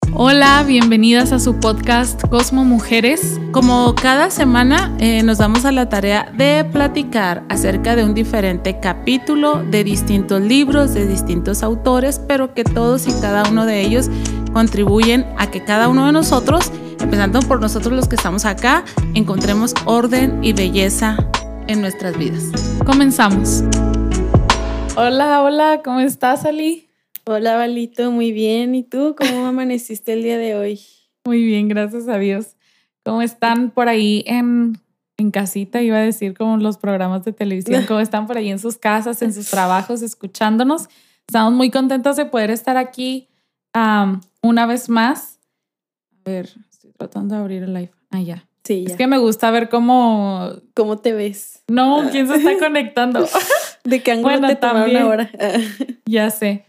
Hola, bienvenidas a su podcast Cosmo Mujeres. Como cada semana nos damos a la tarea de platicar acerca de un diferente capítulo de distintos libros, de distintos autores, pero que todos y cada uno de ellos contribuyen a que cada uno de nosotros, empezando por nosotros los que estamos acá, encontremos orden y belleza en nuestras vidas. Comenzamos. Hola, ¿cómo estás, Ali? Hola, Valito, muy bien. ¿Y tú? ¿Cómo amaneciste el día de hoy? Muy bien, gracias a Dios. ¿Cómo están por ahí en casita? Iba a decir como los programas de televisión. ¿Cómo están por ahí en sus casas, en sus trabajos, escuchándonos? Estamos muy contentos de poder estar aquí una vez más. A ver, estoy tratando de abrir el live. Ah, ya. Sí, ya. Es que me gusta ver cómo te ves. No, ¿quién se está conectando? ¿De qué ángulo te tomaron ahora? Ya sé.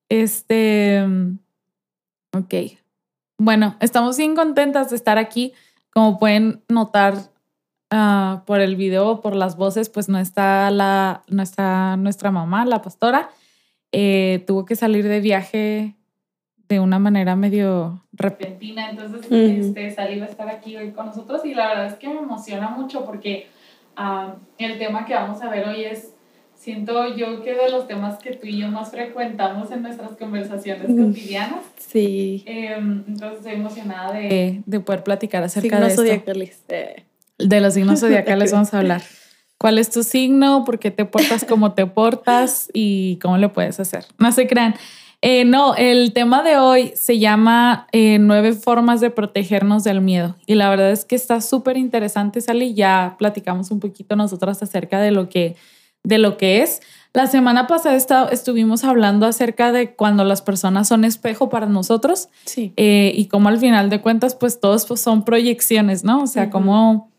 Ok. Bueno, estamos bien contentas de estar aquí. Como pueden notar por el video, por las voces, pues no está nuestra mamá, la pastora. Tuvo que salir de viaje de una manera medio repentina. Entonces, Sally va a estar aquí hoy con nosotros y la verdad es que me emociona mucho porque el tema que vamos a ver hoy siento yo que de los temas que tú y yo más frecuentamos en nuestras conversaciones cotidianas. Sí. Entonces estoy emocionada de poder platicar acerca de esto. Zodiacales. De los signos zodiacales vamos a hablar. ¿Cuál es tu signo? ¿Por qué te portas como te portas? ¿Y cómo lo puedes hacer? No se crean. No, el tema de hoy se llama 9 formas de protegernos del miedo. Y la verdad es que está súper interesante, Sally. Ya platicamos un poquito nosotras acerca de lo que es. La semana pasada estuvimos hablando acerca de cuando las personas son espejo para nosotros. Sí. Y cómo al final de cuentas, pues todos pues, son proyecciones, ¿no? O sea, como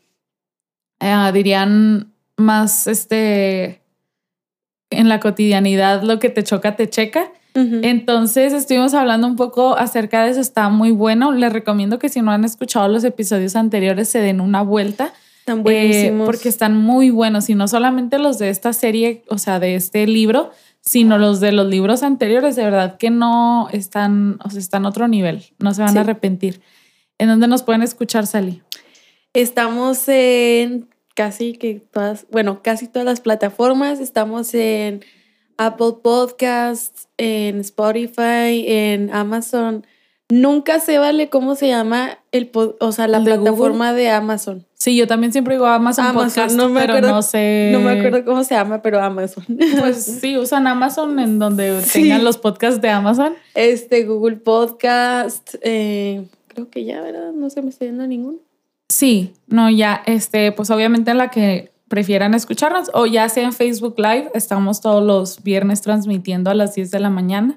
dirían más en la cotidianidad, lo que te choca, te checa. Entonces estuvimos hablando un poco acerca de eso. Está muy bueno. Les recomiendo que si no han escuchado los episodios anteriores se den una vuelta. Están buenísimos. Porque están muy buenos y no solamente los de esta serie, o sea, de este libro, sino los de los libros anteriores, de verdad que no están, o sea, están a otro nivel, no se van a arrepentir. ¿En dónde nos pueden escuchar, Sally? Estamos en casi todas las plataformas. Estamos en Apple Podcasts, en Spotify, en Amazon. Nunca se vale cómo se llama la plataforma de Amazon. Sí, yo también siempre digo Amazon Podcast, pero no sé. No me acuerdo cómo se llama, pero Amazon. Pues sí, usan Amazon en donde tengan los podcasts de Amazon. Google Podcast, creo que ya, ¿verdad? No se me está yendo ninguno. Sí, no, ya, pues obviamente en la que prefieran escucharnos o ya sea en Facebook Live, estamos todos los viernes transmitiendo a las 10 de la mañana.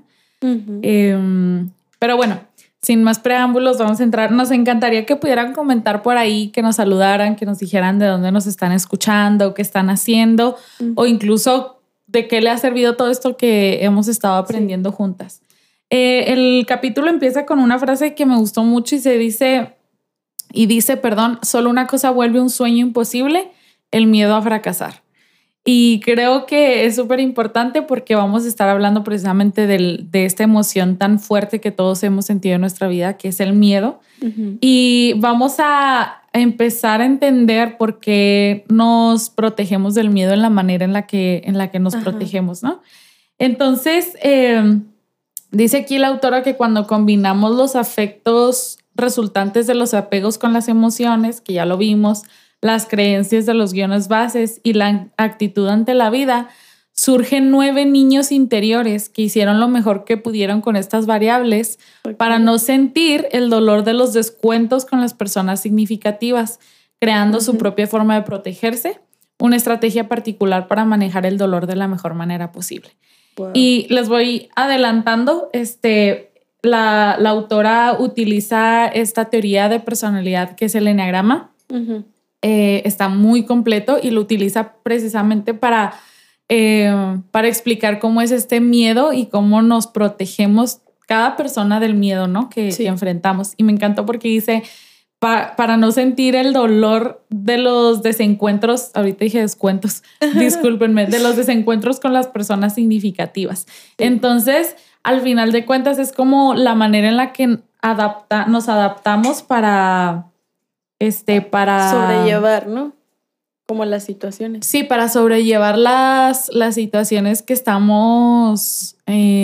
Pero bueno, sin más preámbulos, vamos a entrar. Nos encantaría que pudieran comentar por ahí, que nos saludaran, que nos dijeran de dónde nos están escuchando, qué están haciendo, o incluso de qué le ha servido todo esto que hemos estado aprendiendo juntas. El capítulo empieza con una frase que me gustó mucho y dice, solo una cosa vuelve un sueño imposible, el miedo a fracasar. Y creo que es súper importante porque vamos a estar hablando precisamente de esta emoción tan fuerte que todos hemos sentido en nuestra vida, que es el miedo. Y vamos a empezar a entender por qué nos protegemos del miedo en la manera en la que nos protegemos, ¿no? Entonces, dice aquí la autora que cuando combinamos los afectos resultantes de los apegos con las emociones, que ya lo vimos, las creencias de los guiones bases y la actitud ante la vida, surgen 9 niños interiores que hicieron lo mejor que pudieron con estas variables para no sentir el dolor de los descuentos con las personas significativas, creando su propia forma de protegerse, una estrategia particular para manejar el dolor de la mejor manera posible. Wow. Y les voy adelantando, la autora utiliza esta teoría de personalidad que es el eneagrama. Está muy completo y lo utiliza precisamente para explicar cómo es este miedo y cómo nos protegemos cada persona del miedo, ¿no? que enfrentamos. Y me encantó porque dice, para no sentir el dolor de los desencuentros, ahorita dije descuentos, discúlpenme, de los desencuentros con las personas significativas. Entonces, al final de cuentas, es como la manera en la que nos adaptamos para sobrellevar, ¿no? Como las situaciones. Sí, para sobrellevar las situaciones que estamos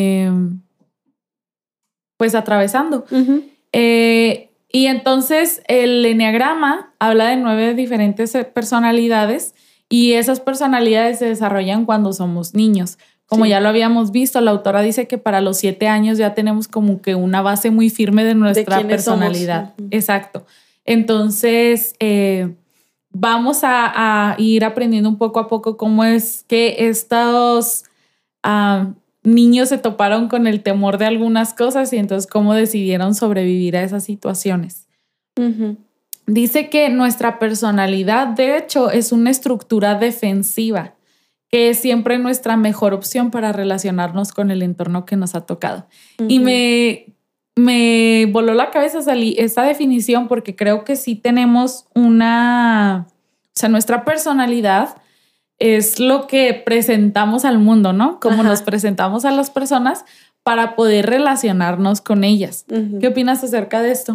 pues atravesando. Uh-huh. Y entonces el eneagrama habla de 9 diferentes personalidades y esas personalidades se desarrollan cuando somos niños. Como ya lo habíamos visto, la autora dice que para los 7 años ya tenemos como que una base muy firme de nuestra personalidad. Uh-huh. Exacto. Entonces, vamos a ir aprendiendo un poco a poco cómo es que estos niños se toparon con el temor de algunas cosas y entonces cómo decidieron sobrevivir a esas situaciones. Uh-huh. Dice que nuestra personalidad, de hecho, es una estructura defensiva, que es siempre nuestra mejor opción para relacionarnos con el entorno que nos ha tocado. Uh-huh. Y me voló la cabeza esta definición porque creo que sí tenemos nuestra personalidad es lo que presentamos al mundo, ¿no? Como nos presentamos a las personas para poder relacionarnos con ellas. Uh-huh. ¿Qué opinas acerca de esto?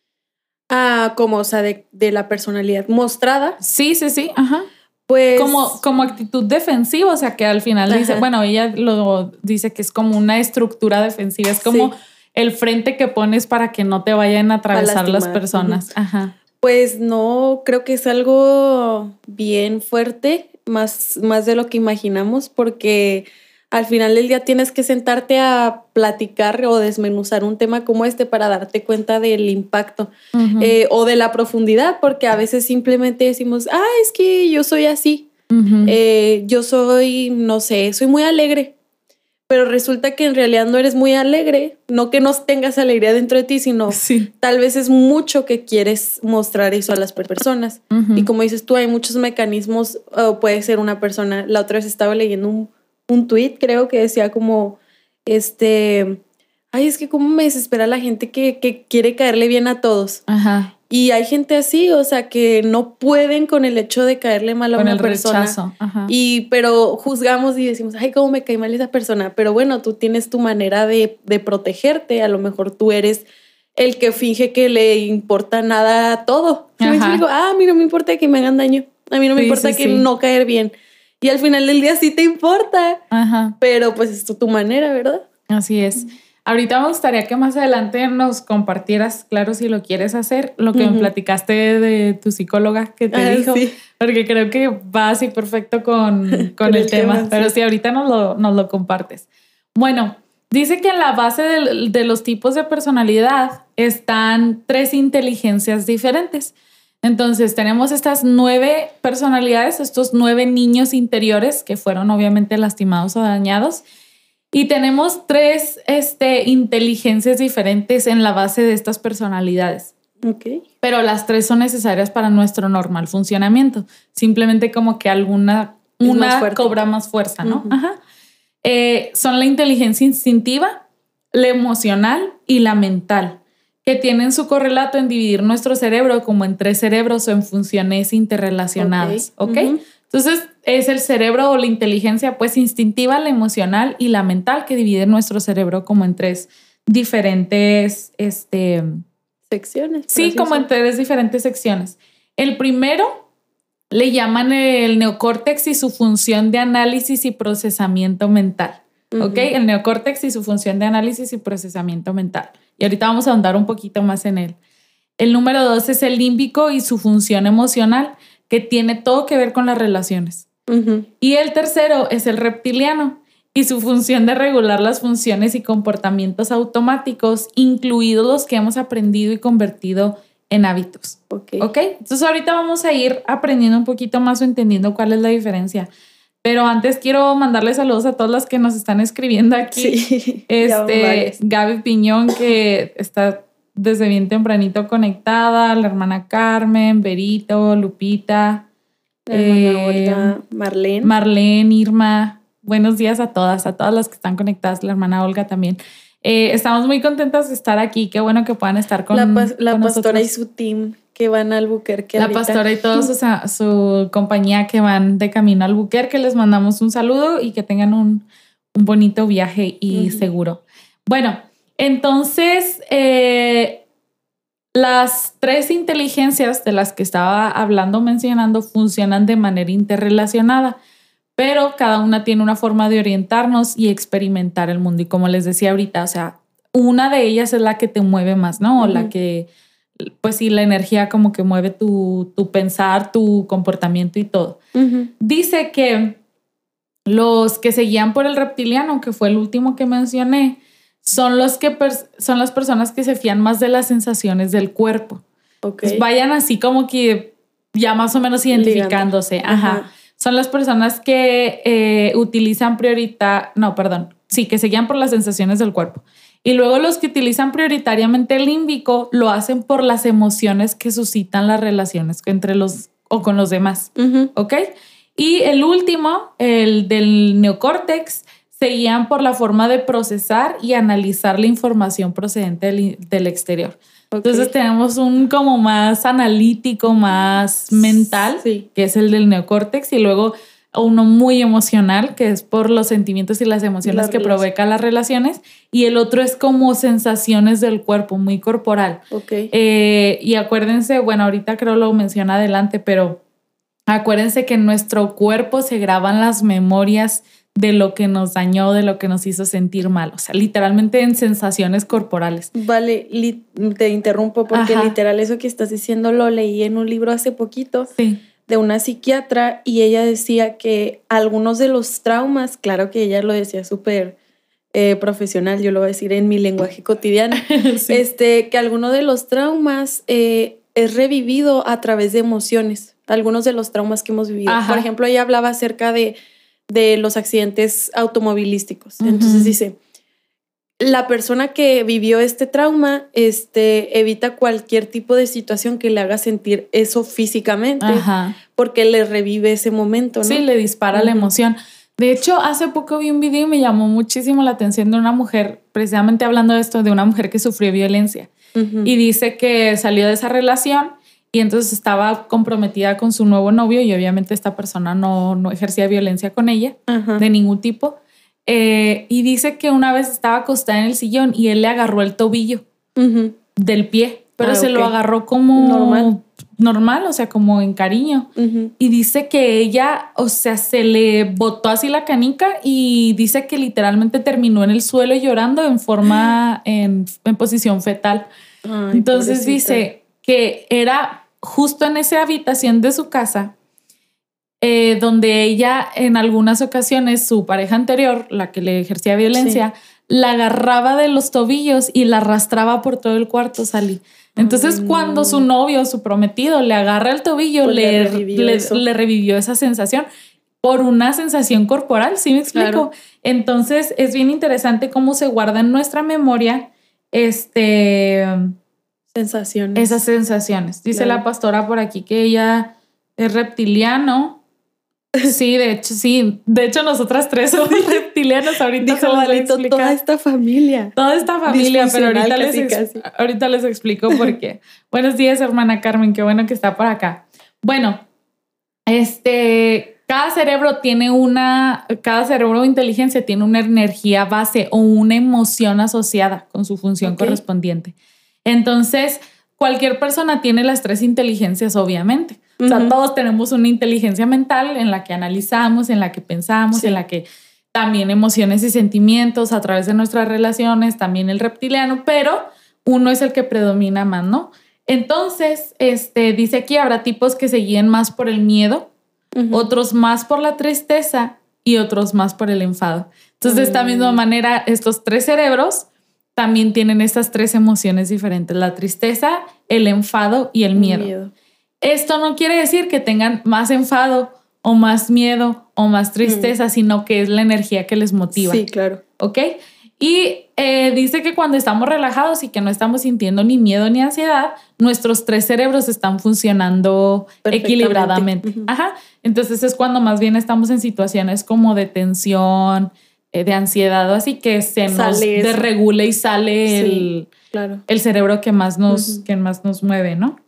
Como, o sea, de la personalidad mostrada. Sí. Ajá. Pues como actitud defensiva, o sea, que al final dice, bueno, ella lo dice que es como una estructura defensiva, es como el frente que pones para que no te vayan a atravesar las personas. Uh-huh. Ajá. Pues no, creo que es algo bien fuerte, más de lo que imaginamos, porque al final del día tienes que sentarte a platicar o desmenuzar un tema como este para darte cuenta del impacto. Uh-huh. O de la profundidad, porque a veces simplemente decimos, es que yo soy así. Uh-huh. Yo soy, no sé, soy muy alegre. Pero resulta que en realidad no eres muy alegre, no que no tengas alegría dentro de ti, sino tal vez es mucho que quieres mostrar eso a las personas. Uh-huh. Y como dices tú, hay muchos mecanismos, puede ser una persona. La otra vez estaba leyendo un tweet, creo que decía como, es que cómo me desespera la gente que quiere caerle bien a todos. Ajá. Y hay gente así, o sea, que no pueden con el hecho de caerle mal a una persona. Rechazo. Ajá. Pero juzgamos y decimos, cómo me cae mal esa persona. Pero bueno, tú tienes tu manera de protegerte. A lo mejor tú eres el que finge que le importa nada a todo. ¿Sí me explico? A mí no me importa que me hagan daño. A mí no me importa que no caer bien. Y al final del día sí te importa. Ajá. Pero pues es tu manera, ¿verdad? Así es. Ahorita me gustaría que más adelante nos compartieras, claro, si lo quieres hacer, lo que me platicaste de tu psicóloga que te dijo, porque creo que va así perfecto con el tema. Pero sí, ahorita nos lo compartes. Bueno, dice que en la base de los tipos de personalidad están 3 inteligencias diferentes. Entonces tenemos estas 9 personalidades, estos 9 niños interiores que fueron obviamente lastimados o dañados. Y tenemos 3 inteligencias diferentes en la base de estas personalidades. Okay. Pero las 3 son necesarias para nuestro normal funcionamiento. Simplemente como que una cobra más fuerza, ¿no? Uh-huh. Ajá. Son la inteligencia instintiva, la emocional y la mental, que tienen su correlato en dividir nuestro cerebro como en 3 cerebros o en funciones interrelacionadas. ¿Ok? Uh-huh. Entonces, es el cerebro o la inteligencia pues instintiva, la emocional y la mental que divide nuestro cerebro como en 3 diferentes secciones. Sí, como en 3 diferentes secciones. El primero le llaman el neocórtex y su función de análisis y procesamiento mental. Uh-huh. ¿Ok? El neocórtex y su función de análisis y procesamiento mental. Y ahorita vamos a ahondar un poquito más en él. El número 2 es el límbico y su función emocional, que tiene todo que ver con las relaciones. Uh-huh. Y el tercero es el reptiliano y su función de regular las funciones y comportamientos automáticos, incluidos los que hemos aprendido y convertido en hábitos. Okay. Entonces ahorita vamos a ir aprendiendo un poquito más o entendiendo cuál es la diferencia. Pero antes quiero mandarle saludos a todas las que nos están escribiendo aquí. Sí, Gaby Piñón, que está desde bien tempranito conectada, la hermana Carmen, Berito, Lupita, la hermana Olga, Marlene, Irma. Buenos días a todas las que están conectadas, la hermana Olga también. Estamos muy contentas de estar aquí. Qué bueno que puedan estar con la pastora y su team que van al Albuquerque. La pastora y toda su compañía que van de camino al Albuquerque. Les mandamos un saludo y que tengan un bonito viaje y seguro. Bueno, Entonces, las tres inteligencias de las que estaba mencionando, funcionan de manera interrelacionada, pero cada una tiene una forma de orientarnos y experimentar el mundo. Y como les decía ahorita, o sea, una de ellas es la que te mueve más, ¿no? O la que, pues sí, la energía como que mueve tu pensar, tu comportamiento y todo. Dice que los que se guían por el reptiliano, que fue el último que mencioné, son las personas que se fían más de las sensaciones del cuerpo. Pues vayan así como que ya más o menos identificándose. Ajá. Son las personas que que se guían por las sensaciones del cuerpo. Y luego los que utilizan prioritariamente el límbico lo hacen por las emociones que suscitan las relaciones entre con los demás. ¿Ok? Y el último, el del neocórtex, se guían por la forma de procesar y analizar la información procedente del exterior. Entonces tenemos un como más analítico, más mental, que es el del neocórtex, y luego uno muy emocional, que es por los sentimientos y las emociones que provoca las relaciones, y el otro es como sensaciones del cuerpo, muy corporal. Y acuérdense, bueno, ahorita creo lo menciona adelante, pero acuérdense que en nuestro cuerpo se graban las memorias de lo que nos dañó, de lo que nos hizo sentir mal. O sea, literalmente en sensaciones corporales. Vale, te interrumpo porque literal eso que estás diciendo lo leí en un libro hace poquito de una psiquiatra y ella decía que algunos de los traumas, claro que ella lo decía súper profesional, yo lo voy a decir en mi lenguaje cotidiano, que alguno de los traumas es revivido a través de emociones, algunos de los traumas que hemos vivido. Por ejemplo, ella hablaba acerca de los accidentes automovilísticos. Entonces dice, la persona que vivió este trauma evita cualquier tipo de situación que le haga sentir eso físicamente porque le revive ese momento, ¿no? Sí, le dispara la emoción. De hecho, hace poco vi un video y me llamó muchísimo la atención de una mujer, precisamente hablando de esto, de una mujer que sufrió violencia. Y dice que salió de esa relación y entonces estaba comprometida con su nuevo novio y obviamente esta persona no ejercía violencia con ella de ningún tipo. Y dice que una vez estaba acostada en el sillón y él le agarró el tobillo del pie, pero se lo agarró como normal, o sea, como en cariño. Y dice que ella, o sea, se le botó así la canica y dice que literalmente terminó en el suelo llorando en posición fetal. Ay, entonces pobrecita. Dice que era justo en esa habitación de su casa donde ella en algunas ocasiones, su pareja anterior, la que le ejercía violencia, la agarraba de los tobillos y la arrastraba por todo el cuarto, Sally. Entonces cuando su novio, su prometido, le agarra el tobillo, pues le revivió esa sensación por una sensación corporal, ¿sí me explico? Claro. Entonces es bien interesante cómo se guarda en nuestra memoria sensaciones. Esas sensaciones. Dice la pastora por aquí que ella es reptiliano. Sí, de hecho nosotras tres somos reptilianos. Ahorita dijo Valito, toda esta familia, pero ahorita les explico por qué. Buenos días, hermana Carmen, qué bueno que está por acá. Bueno, cada cerebro o inteligencia tiene una energía base o una emoción asociada con su función correspondiente. Entonces, cualquier persona tiene las tres inteligencias, obviamente. O sea, todos tenemos una inteligencia mental en la que analizamos, en la que pensamos, en la que también emociones y sentimientos a través de nuestras relaciones, también el reptiliano, pero uno es el que predomina más, ¿no? Entonces, dice aquí, habrá tipos que se guíen más por el miedo, otros más por la tristeza y otros más por el enfado. Entonces, de esta misma manera, estos tres cerebros también tienen estas tres emociones diferentes, la tristeza, el enfado y el miedo. Esto no quiere decir que tengan más enfado o más miedo o más tristeza, sino que es la energía que les motiva. Sí, claro. ¿Ok? Y dice que cuando estamos relajados y que no estamos sintiendo ni miedo ni ansiedad, nuestros tres cerebros están funcionando equilibradamente. Entonces es cuando más bien estamos en situaciones como de tensión, de ansiedad o así, que se nos desregula y sale el cerebro que más nos mueve, ¿no?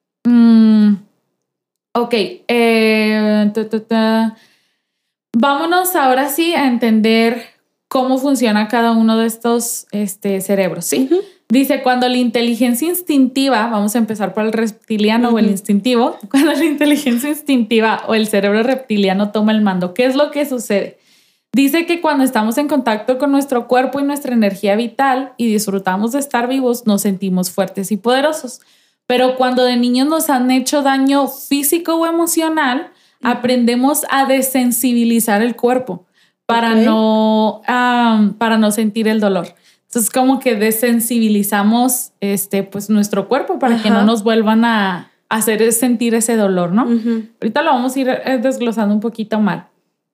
Ok. Vámonos ahora sí a entender cómo funciona cada uno de estos cerebros, ¿sí? Uh-huh. Dice, cuando la inteligencia instintiva, vamos a empezar por el reptiliano o el instintivo, cuando la inteligencia instintiva o el cerebro reptiliano toma el mando, ¿qué es lo que sucede? Dice que cuando estamos en contacto con nuestro cuerpo y nuestra energía vital y disfrutamos de estar vivos, nos sentimos fuertes y poderosos. Pero cuando de niños nos han hecho daño físico o emocional, aprendemos a desensibilizar el cuerpo para no sentir el dolor. Entonces, como que desensibilizamos pues, nuestro cuerpo para que no nos vuelvan a hacer sentir ese dolor, ¿no? Uh-huh. Ahorita lo vamos a ir desglosando un poquito más.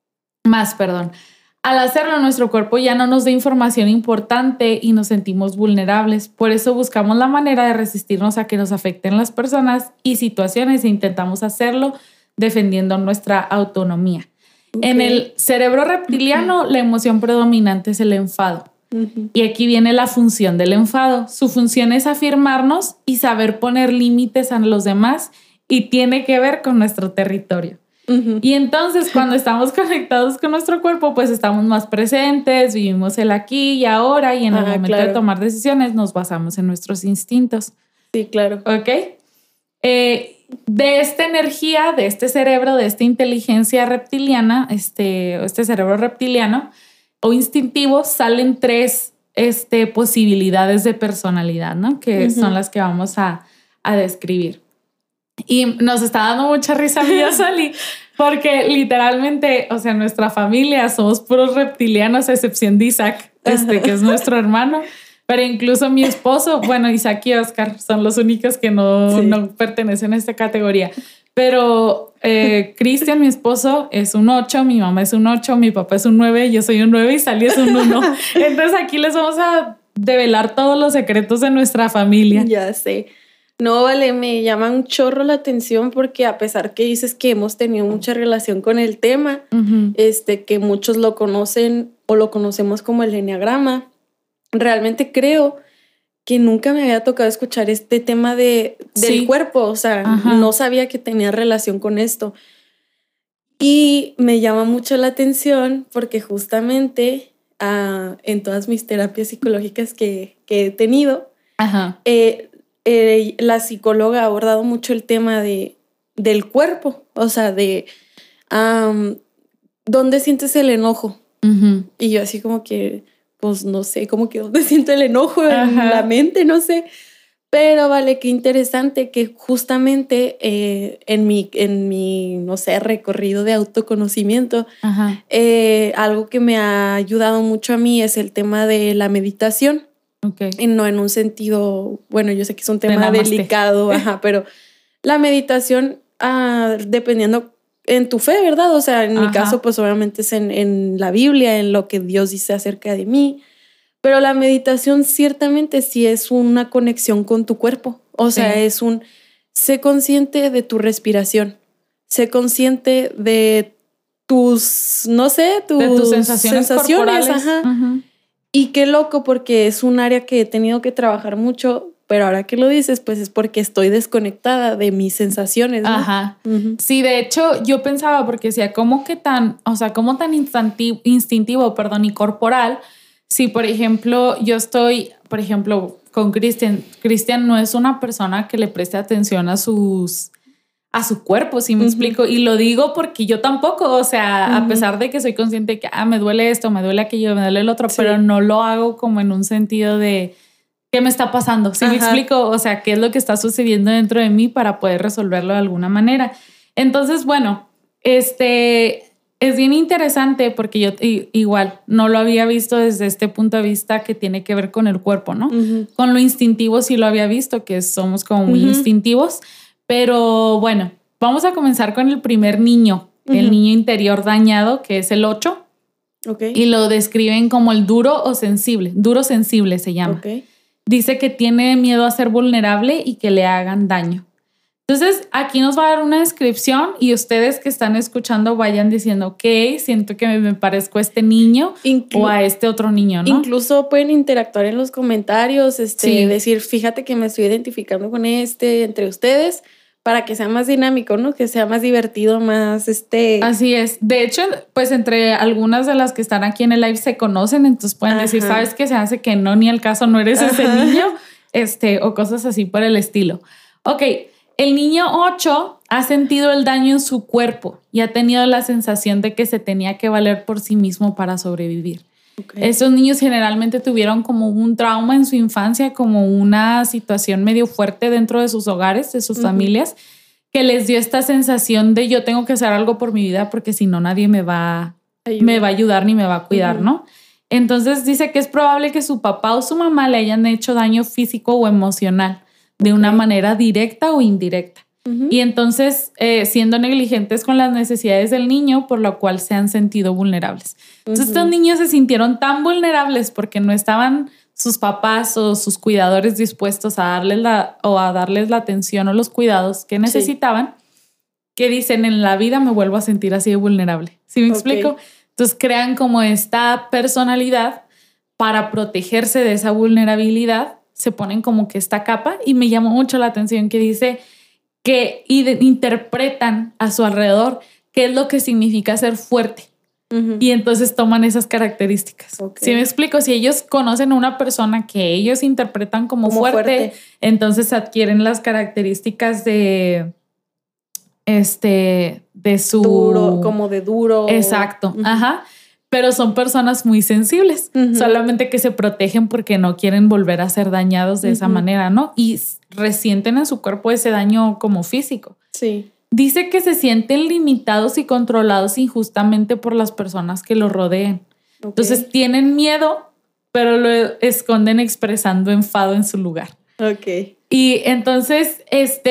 Al hacerlo, nuestro cuerpo ya no nos da información importante y nos sentimos vulnerables. Por eso buscamos la manera de resistirnos a que nos afecten las personas y situaciones e intentamos hacerlo defendiendo nuestra autonomía. Okay. En el cerebro reptiliano, la emoción predominante es el enfado. Uh-huh. Y aquí viene la función del enfado. Su función es afirmarnos y saber poner límites a los demás y tiene que ver con nuestro territorio. Uh-huh. Y entonces cuando estamos conectados con nuestro cuerpo, pues estamos más presentes, vivimos el aquí y ahora y en el momento de tomar decisiones nos basamos en nuestros instintos. Sí, claro. ¿Ok? De esta energía, de este cerebro, de esta inteligencia reptiliana, este cerebro reptiliano o instintivo, salen tres posibilidades de personalidad, ¿no? Que son las que vamos a describir. Y nos está dando mucha risa a mí, Sally, porque literalmente, o sea, nuestra familia somos puros reptilianos, a excepción de Isaac, que es nuestro hermano. Pero incluso mi esposo, bueno, Isaac y Oscar son los únicos que no pertenecen a esta categoría. Pero Cristian, mi esposo, es un 8, mi mamá es un 8, mi papá es un 9, yo soy un 9 y Sally es un 1. Entonces aquí les vamos a develar todos los secretos de nuestra familia. Ya sé. No, vale, me llama un chorro la atención porque a pesar que dices que hemos tenido mucha relación con el tema, uh-huh. Que muchos lo conocen o lo conocemos como el eneagrama, realmente creo que nunca me había tocado escuchar este tema del cuerpo, o sea, uh-huh. no sabía que tenía relación con esto. Y me llama mucho la atención porque justamente en todas mis terapias psicológicas que he tenido, uh-huh. La psicóloga ha abordado mucho el tema del cuerpo, o sea, de ¿dónde sientes el enojo? Uh-huh. Y yo así como que, pues no sé, como que ¿dónde siento el enojo? Uh-huh. En la mente, no sé. Pero vale, qué interesante que justamente en mi, no sé, recorrido de autoconocimiento, uh-huh. Algo que me ha ayudado mucho a mí es el tema de la meditación. Okay. Y no en un sentido, bueno, yo sé que es un tema delicado, ajá, pero la meditación, dependiendo en tu fe, ¿verdad? O sea, en mi caso, pues obviamente es en la Biblia, en lo que Dios dice acerca de mí, pero la meditación ciertamente sí es una conexión con tu cuerpo, o sea, sé consciente de tu respiración, sé consciente de tus, no sé, de tus sensaciones corporales. Ajá. Uh-huh. Y qué loco porque es un área que he tenido que trabajar mucho, pero ahora que lo dices, pues es porque estoy desconectada de mis sensaciones, ¿no? Ajá. Uh-huh. Sí, de hecho, yo pensaba porque decía, ¿cómo tan instintivo, y corporal? Si, por ejemplo, yo estoy, con Cristian. Cristian no es una persona que le preste atención a su cuerpo, ¿sí me uh-huh. explico? Y lo digo porque yo tampoco, o sea, uh-huh. a pesar de que soy consciente que me duele esto, me duele aquello, me duele el otro, sí. pero no lo hago como en un sentido de ¿qué me está pasando? ¿Sí me explico? O sea, ¿qué es lo que está sucediendo dentro de mí para poder resolverlo de alguna manera? Entonces, bueno, es bien interesante porque yo igual no lo había visto desde este punto de vista que tiene que ver con el cuerpo, ¿no? Uh-huh. Con lo instintivo sí lo había visto, que somos como muy uh-huh. instintivos. Pero bueno, vamos a comenzar con el primer niño, uh-huh. el niño interior dañado, que es el 8. Okay. Y lo describen como el duro o sensible. Duro sensible se llama. Okay. Dice que tiene miedo a ser vulnerable y que le hagan daño. Entonces, aquí nos va a dar una descripción y ustedes que están escuchando vayan diciendo, ok, siento que me parezco a este niño o a este otro niño, ¿no? Incluso pueden interactuar en los comentarios, sí. decir, fíjate que me estoy identificando con entre ustedes, para que sea más dinámico, ¿no? Que sea más divertido, más Así es. De hecho, pues entre algunas de las que están aquí en el live se conocen, entonces pueden decir, ¿sabes qué? Se hace que no, ni al caso, no eres ese niño, o cosas así por el estilo. Ok, el niño 8 ha sentido el daño en su cuerpo y ha tenido la sensación de que se tenía que valer por sí mismo para sobrevivir. Okay. Esos niños generalmente tuvieron como un trauma en su infancia, como una situación medio fuerte dentro de sus hogares, de sus familias, que les dio esta sensación de yo tengo que hacer algo por mi vida porque si no nadie me va a ayudar ni me va a cuidar, ¿no? Entonces dice que es probable que su papá o su mamá le hayan hecho daño físico o emocional de una manera directa o indirecta. Y entonces siendo negligentes con las necesidades del niño, por lo cual se han sentido vulnerables. Entonces estos niños se sintieron tan vulnerables porque no estaban sus papás o sus cuidadores dispuestos a darles la atención o los cuidados que necesitaban, que dicen en la vida me vuelvo a sentir así de vulnerable. ¿Sí me explico? Entonces crean como esta personalidad para protegerse de esa vulnerabilidad, se ponen como que esta capa y me llamó mucho la atención que dice que interpretan a su alrededor qué es lo que significa ser fuerte. Y entonces toman esas características. ¿Sí me explico? Si ellos conocen a una persona que ellos interpretan como fuerte, entonces adquieren las características de su... Duro, como de duro. Exacto, ajá. Pero son personas muy sensibles, solamente que se protegen porque no quieren volver a ser dañados de esa manera, ¿no? Y resienten en su cuerpo ese daño como físico. Sí. Dice que se sienten limitados y controlados injustamente por las personas que los rodean. Entonces tienen miedo, pero lo esconden expresando enfado en su lugar. Y entonces,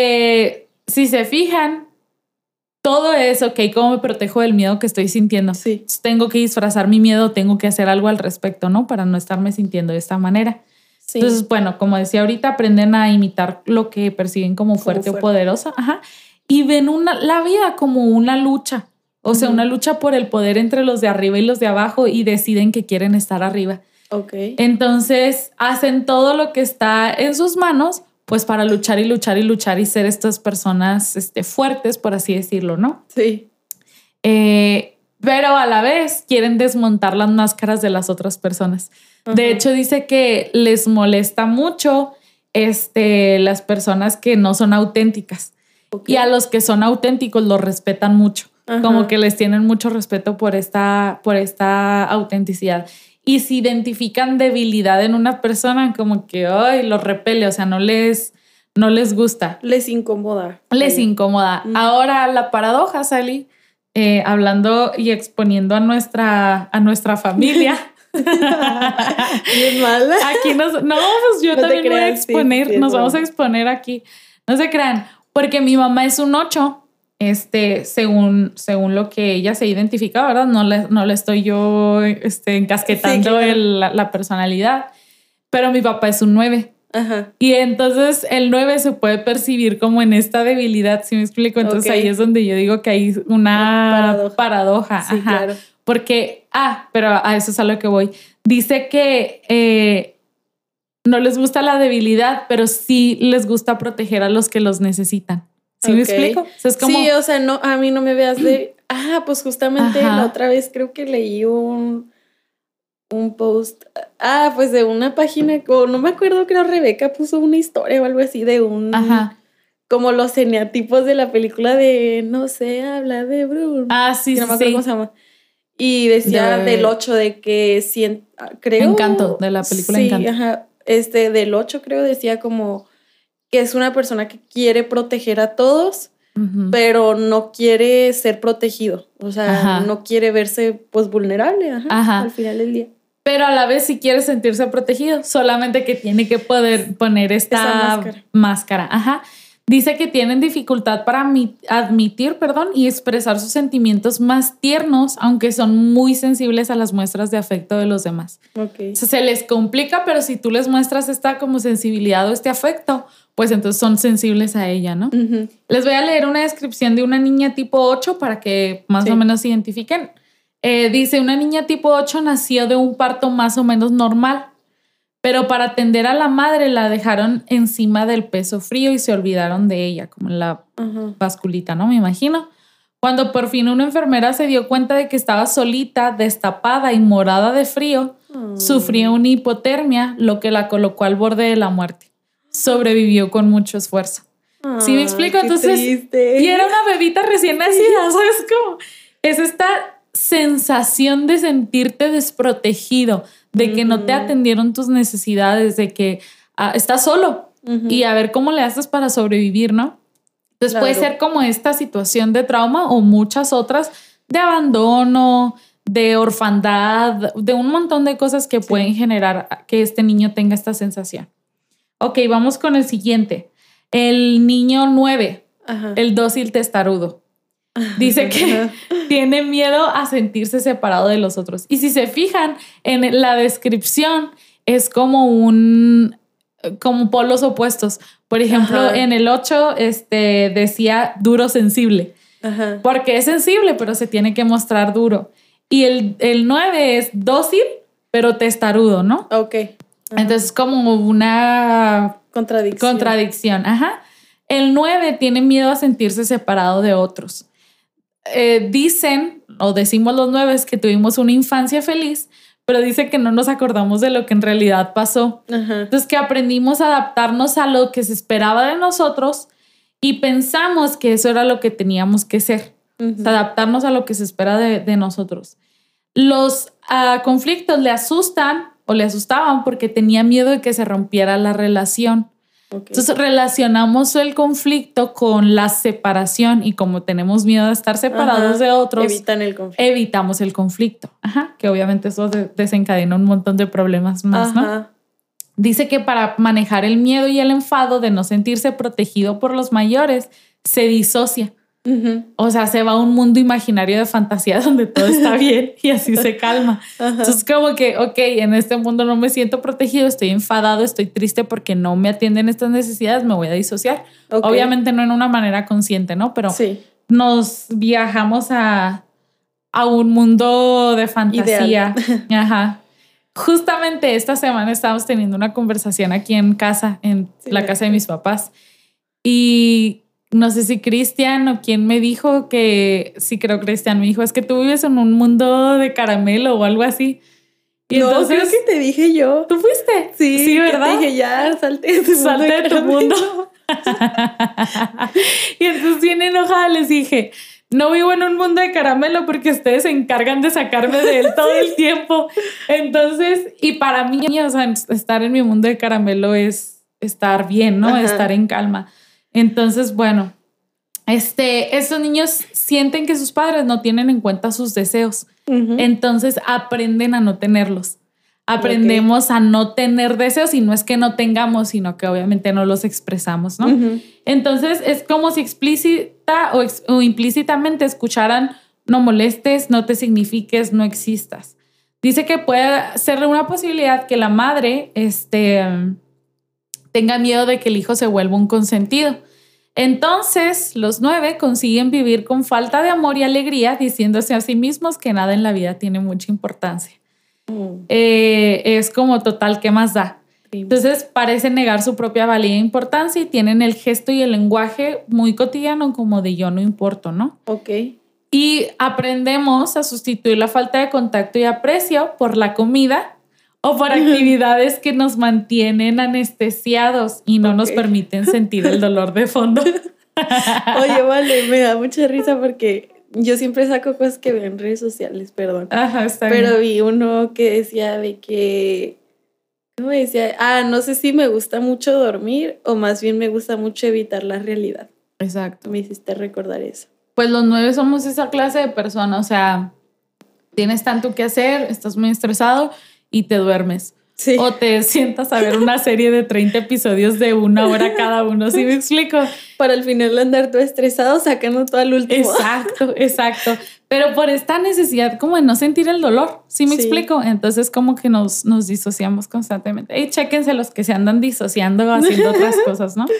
si se fijan, todo es, ¿cómo me protejo del miedo que estoy sintiendo? Sí. Tengo que disfrazar mi miedo, tengo que hacer algo al respecto, ¿no? Para no estarme sintiendo de esta manera. Sí. Entonces, bueno, como decía ahorita, aprenden a imitar lo que perciben como fuerte o poderosa. Ajá. Y ven la vida como una lucha. O sea, una lucha por el poder entre los de arriba y los de abajo y deciden que quieren estar arriba. Entonces, hacen todo lo que está en sus manos pues para luchar y luchar y luchar y ser estas personas fuertes, por así decirlo, ¿no? Sí. Pero a la vez quieren desmontar las máscaras de las otras personas. De hecho, dice que les molesta mucho las personas que no son auténticas. Y a los que son auténticos los respetan mucho. Como que les tienen mucho respeto por esta autenticidad. Y si identifican debilidad en una persona, como que los repele, o sea, no les gusta. Les incomoda. Les incomoda. Ahora, la paradoja, Sally, hablando y exponiendo a nuestra familia. ¿Es mala? Aquí pues yo no también voy a exponer, sí, nos vamos a exponer aquí. No se crean, porque mi mamá es un 8. Según lo que ella se identifica, ¿verdad? No le estoy yo encasquetando sí, claro. la personalidad, pero mi papá es un 9. Ajá. Y entonces el 9 se puede percibir como en esta debilidad, ¿sí me explico? Entonces ahí es donde yo digo que hay una paradoja. Sí, ajá. Claro. Porque, pero a eso es a lo que voy. Dice que no les gusta la debilidad, pero sí les gusta proteger a los que los necesitan. ¿Sí me explico? O sea, es como... Sí, o sea, no, a mí no me veas de... pues justamente la otra vez creo que leí un post... pues de una página, no me acuerdo, creo Rebeca puso una historia o algo así de un... Como los eneatipos de la película de No se habla de Bruno. Sí, no me acuerdo cómo se llama. Y decía del 8 de que... creo... Encanto, de la película Encanto. Sí, ajá. Del 8 creo decía como... que es una persona que quiere proteger a todos, pero no quiere ser protegido. O sea, no quiere verse pues vulnerable al final del día. Pero a la vez sí quiere sentirse protegido, solamente que tiene que poder poner esta máscara. Dice que tienen dificultad para admitir, y expresar sus sentimientos más tiernos, aunque son muy sensibles a las muestras de afecto de los demás. O sea, se les complica, pero si tú les muestras esta como sensibilidad o este afecto, pues entonces son sensibles a ella, ¿no? Les voy a leer una descripción de una niña tipo 8 para que más o menos se identifiquen. Dice, una niña tipo 8 nació de un parto más o menos normal, Pero para atender a la madre la dejaron encima del peso frío y se olvidaron de ella, como en la basculita, ¿no? Me imagino. Cuando por fin una enfermera se dio cuenta de que estaba solita, destapada y morada de frío, sufrió una hipotermia, lo que la colocó al borde de la muerte. Sobrevivió con mucho esfuerzo. ¿Sí me explico? Entonces, triste. Y era una bebita recién nacida, ¿sabes cómo? Es esta sensación de sentirte desprotegido, de que no te atendieron tus necesidades, de que estás solo y a ver cómo le haces para sobrevivir, ¿no? Entonces puede ser como esta situación de trauma o muchas otras de abandono, de orfandad, de un montón de cosas que pueden generar que este niño tenga esta sensación. Ok, vamos con el siguiente. El niño 9, el dócil testarudo. Dice que tiene miedo a sentirse separado de los otros. Y si se fijan en la descripción, es como polos opuestos. Por ejemplo, en el 8 decía duro sensible. Porque es sensible, pero se tiene que mostrar duro. Y el 9 es dócil, pero testarudo, ¿no? Ok. Entonces, como una contradicción. El 9 tiene miedo a sentirse separado de otros. Dicen, o decimos los 9, que tuvimos una infancia feliz, pero dice que no nos acordamos de lo que en realidad pasó. Entonces, que aprendimos a adaptarnos a lo que se esperaba de nosotros y pensamos que eso era lo que teníamos que ser. Adaptarnos a lo que se espera de nosotros. Los conflictos le asustan o le asustaban porque tenía miedo de que se rompiera la relación. Entonces relacionamos el conflicto con la separación y como tenemos miedo de estar separados de otros, evitamos el conflicto. Que obviamente eso desencadena un montón de problemas más, ¿no? Dice que para manejar el miedo y el enfado de no sentirse protegido por los mayores, se disocia. O sea, se va a un mundo imaginario de fantasía donde todo está bien y así se calma. Entonces como que, ok, en este mundo no me siento protegido, estoy enfadado, estoy triste porque no me atienden estas necesidades, me voy a disociar. Obviamente no en una manera consciente, ¿no? Pero nos viajamos a un mundo de fantasía. Justamente esta semana estábamos teniendo una conversación aquí en casa, en la casa de mis papás. Y no sé si Cristian o quién me dijo que... Sí, creo Cristian me dijo, es que tú vives en un mundo de caramelo o algo así. Y no, entonces, creo que te dije yo. ¿Tú fuiste? Sí, ¿verdad? Te dije, ya, salte de tu mundo. Y entonces bien enojada les dije, no vivo en un mundo de caramelo porque ustedes se encargan de sacarme de él todo el tiempo. Entonces, y para mí, o sea, estar en mi mundo de caramelo es estar bien, ¿no? Estar en calma. Entonces, bueno, estos niños sienten que sus padres no tienen en cuenta sus deseos. Entonces aprenden a no tenerlos. Aprendemos a no tener deseos y no es que no tengamos, sino que obviamente no los expresamos, ¿no? Entonces es como si explícita o implícitamente escucharan no molestes, no te signifiques, no existas. Dice que puede ser una posibilidad que la madre tenga miedo de que el hijo se vuelva un consentido. Entonces, los 9 consiguen vivir con falta de amor y alegría, diciéndose a sí mismos que nada en la vida tiene mucha importancia. Es como total, ¿qué más da? Entonces, parecen negar su propia valía e importancia y tienen el gesto y el lenguaje muy cotidiano como de yo no importo, ¿no? Y aprendemos a sustituir la falta de contacto y aprecio por la comida o por actividades que nos mantienen anestesiados y no nos permiten sentir el dolor de fondo. Oye, vale, me da mucha risa porque yo siempre saco cosas que veo en redes sociales, perdón. Está bien. Pero vi uno que decía de que... ¿Cómo decía? No sé si me gusta mucho dormir o más bien me gusta mucho evitar la realidad. Exacto. Me hiciste recordar eso. Pues los 9 somos esa clase de persona, o sea, tienes tanto que hacer, estás muy estresado y te duermes. Sí. O te sientas a ver una serie de 30 episodios de 1 hora cada uno, ¿sí me explico? Para al final andar todo estresado sacando todo al último. Exacto. Pero por esta necesidad como de no sentir el dolor, ¿sí me explico? Entonces como que nos disociamos constantemente. Y chéquense los que se andan disociando haciendo otras cosas, ¿no?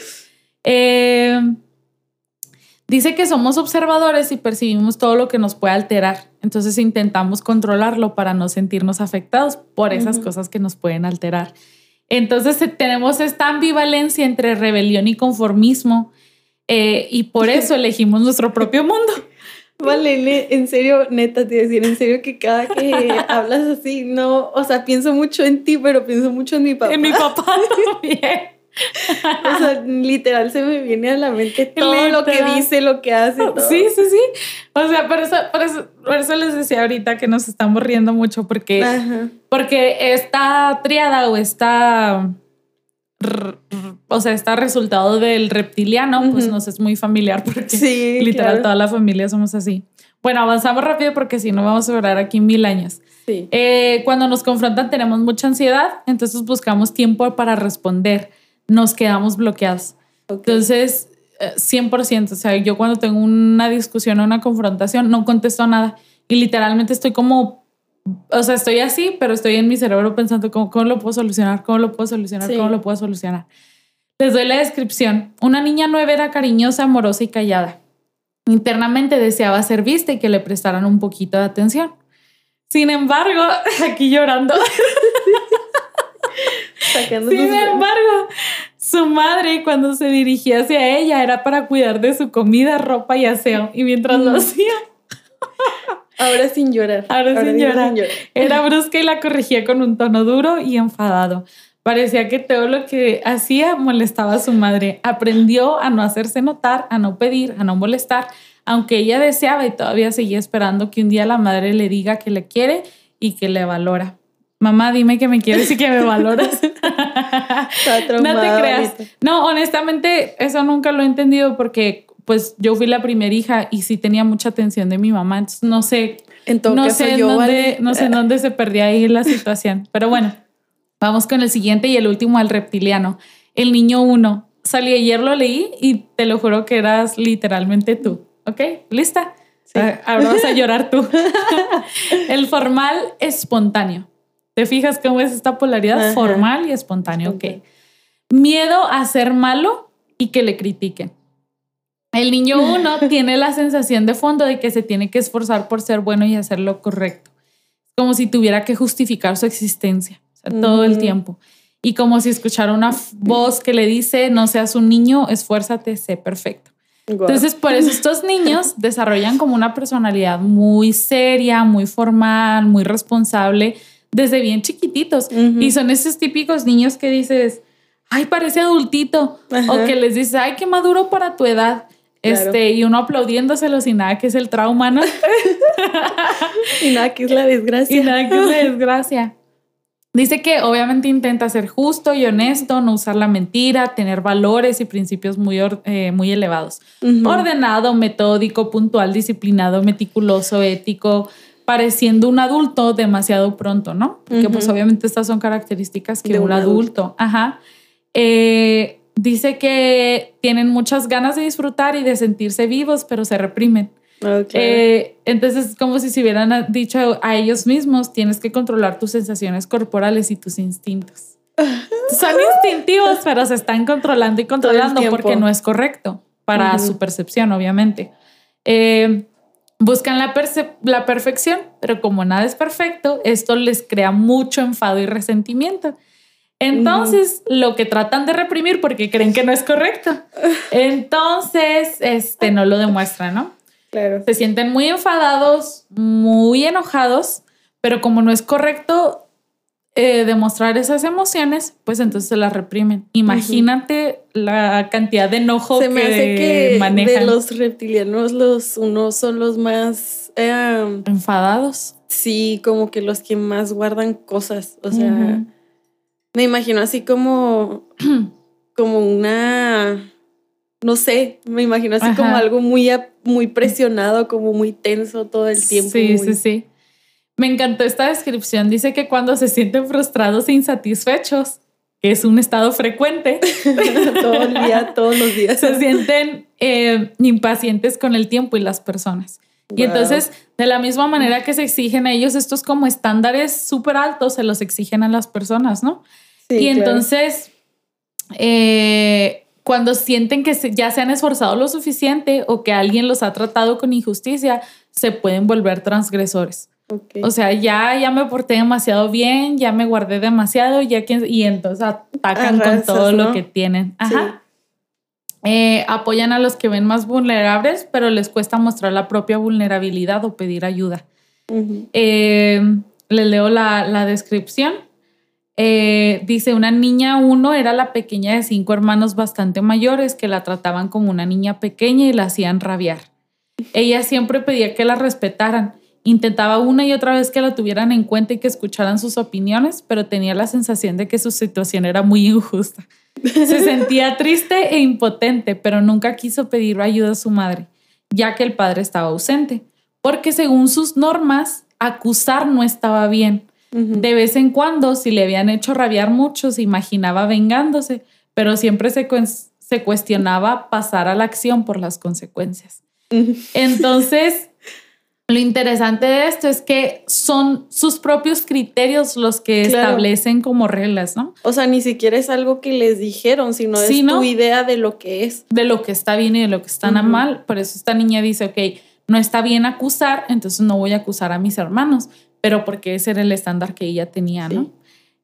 Dice que somos observadores y percibimos todo lo que nos puede alterar. Entonces intentamos controlarlo para no sentirnos afectados por esas cosas que nos pueden alterar. Entonces tenemos esta ambivalencia entre rebelión y conformismo y por eso elegimos nuestro propio mundo. Vale, en serio, neta, te voy a decir, en serio que cada que hablas así, no, o sea, pienso mucho en ti, pero pienso mucho en mi papá. En mi papá también. O sea, literal se me viene a la mente todo lo que dice, lo que hace. Todo. Sí. O sea, por eso les decía ahorita que nos estamos riendo mucho porque esta tríada o esta resultado del reptiliano, pues nos es muy familiar porque literal toda la familia somos así. Bueno, avanzamos rápido porque si no vamos a durar aquí 1000 años. Sí. Cuando nos confrontan tenemos mucha ansiedad, entonces buscamos tiempo para responder. Nos quedamos bloqueados. Okay. Entonces, 100%. O sea, yo cuando tengo una discusión o una confrontación no contesto nada y literalmente estoy como, o sea, estoy así, pero estoy en mi cerebro pensando cómo lo puedo solucionar, cómo lo puedo solucionar, cómo lo puedo solucionar. Les doy la descripción. Una niña 9 era cariñosa, amorosa y callada. Internamente deseaba ser vista y que le prestaran un poquito de atención. Sin embargo, aquí llorando. Sin embargo, su madre cuando se dirigía hacia ella era para cuidar de su comida, ropa y aseo. Y mientras lo hacía... Ahora sin llorar. Ahora sin llorar. Era brusca y la corregía con un tono duro y enfadado. Parecía que todo lo que hacía molestaba a su madre. Aprendió a no hacerse notar, a no pedir, a no molestar, aunque ella deseaba y todavía seguía esperando que un día la madre le diga que le quiere y que le valora. Mamá, dime que me quieres y que me valoras. No te creas. No, honestamente, eso nunca lo he entendido porque pues yo fui la primera hija y sí tenía mucha atención de mi mamá. Entonces no sé en dónde se perdía ahí la situación. Pero bueno, vamos con el siguiente y el último, al reptiliano. El niño 1. Salí ayer, lo leí y te lo juro que eras literalmente tú. ¿Ok? ¿Lista? Sí. Ahora vas a llorar tú. El formal espontáneo. ¿Te fijas cómo es esta polaridad? Formal y espontáneo. Ok. Miedo a ser malo y que le critiquen. El niño 1 tiene la sensación de fondo de que se tiene que esforzar por ser bueno y hacer lo correcto. Como si tuviera que justificar su existencia, o sea, todo el tiempo. Y como si escuchara una voz que le dice, no seas un niño, esfuérzate, sé perfecto. Wow. Entonces, por eso estos niños desarrollan como una personalidad muy seria, muy formal, muy responsable, desde bien chiquititos. Y son esos típicos niños que dices, ay, parece adultito. O que les dices, ay, qué maduro para tu edad. Claro. Y uno aplaudiéndoselos y nada que es el trauma, ¿no? Y nada que es la desgracia. Dice que obviamente intenta ser justo y honesto, no usar la mentira, tener valores y principios muy elevados. Ordenado, metódico, puntual, disciplinado, meticuloso, ético, pareciendo un adulto demasiado pronto, ¿no? Porque pues obviamente estas son características que un adulto. Dice que tienen muchas ganas de disfrutar y de sentirse vivos, pero se reprimen. Okay. Entonces es como si se hubieran dicho a ellos mismos, tienes que controlar tus sensaciones corporales y tus instintos. Son instintivos, pero se están controlando y controlando porque no es correcto para su percepción, obviamente. Buscan la perfección, pero como nada es perfecto, esto les crea mucho enfado y resentimiento. Entonces, lo que tratan de reprimir porque creen que no es correcto. Entonces, no lo demuestran, ¿no? Claro. Se sienten muy enfadados, muy enojados, pero como no es correcto demostrar esas emociones, pues entonces se las reprimen. Imagínate la cantidad de enojo se me hace que manejan. De los reptilianos, unos son los más... enfadados. Sí, como que los que más guardan cosas. O sea, me imagino así como una... No sé, me imagino así como algo muy presionado, como muy tenso todo el tiempo. Sí. Me encantó esta descripción. Dice que cuando se sienten frustrados e insatisfechos, que es un estado frecuente, todos los días, se sienten impacientes con el tiempo y las personas. Wow. Y entonces, de la misma manera que se exigen a ellos estos como estándares súper altos, se los exigen a las personas, ¿no? Sí, y entonces... cuando sienten que ya se han esforzado lo suficiente o que alguien los ha tratado con injusticia, se pueden volver transgresores. Okay. O sea, ya me porté demasiado bien, ya me guardé demasiado, y entonces atacan con todo lo que tienen. Ajá. Sí. Apoyan a los que ven más vulnerables, pero les cuesta mostrar la propia vulnerabilidad o pedir ayuda. Uh-huh. Les leo la descripción. Dice, una niña 1 era la pequeña de 5 hermanos bastante mayores que la trataban como una niña pequeña y la hacían rabiar. Ella siempre pedía que la respetaran. Intentaba una y otra vez que la tuvieran en cuenta y que escucharan sus opiniones, pero tenía la sensación de que su situación era muy injusta. Se sentía triste e impotente, pero nunca quiso pedir ayuda a su madre, ya que el padre estaba ausente, porque según sus normas, acusar no estaba bien. Uh-huh. De vez en cuando, si le habían hecho rabiar mucho, se imaginaba vengándose, pero siempre se cuestionaba pasar a la acción por las consecuencias. Uh-huh. Entonces, lo interesante de esto es que son sus propios criterios los que establecen como reglas, ¿no? O sea, ni siquiera es algo que les dijeron, sino es tu idea de lo que es. De lo que está bien y de lo que está mal. Por eso esta niña dice, ok, no está bien acusar, entonces no voy a acusar a mis hermanos, pero porque ese era el estándar que ella tenía, ¿no?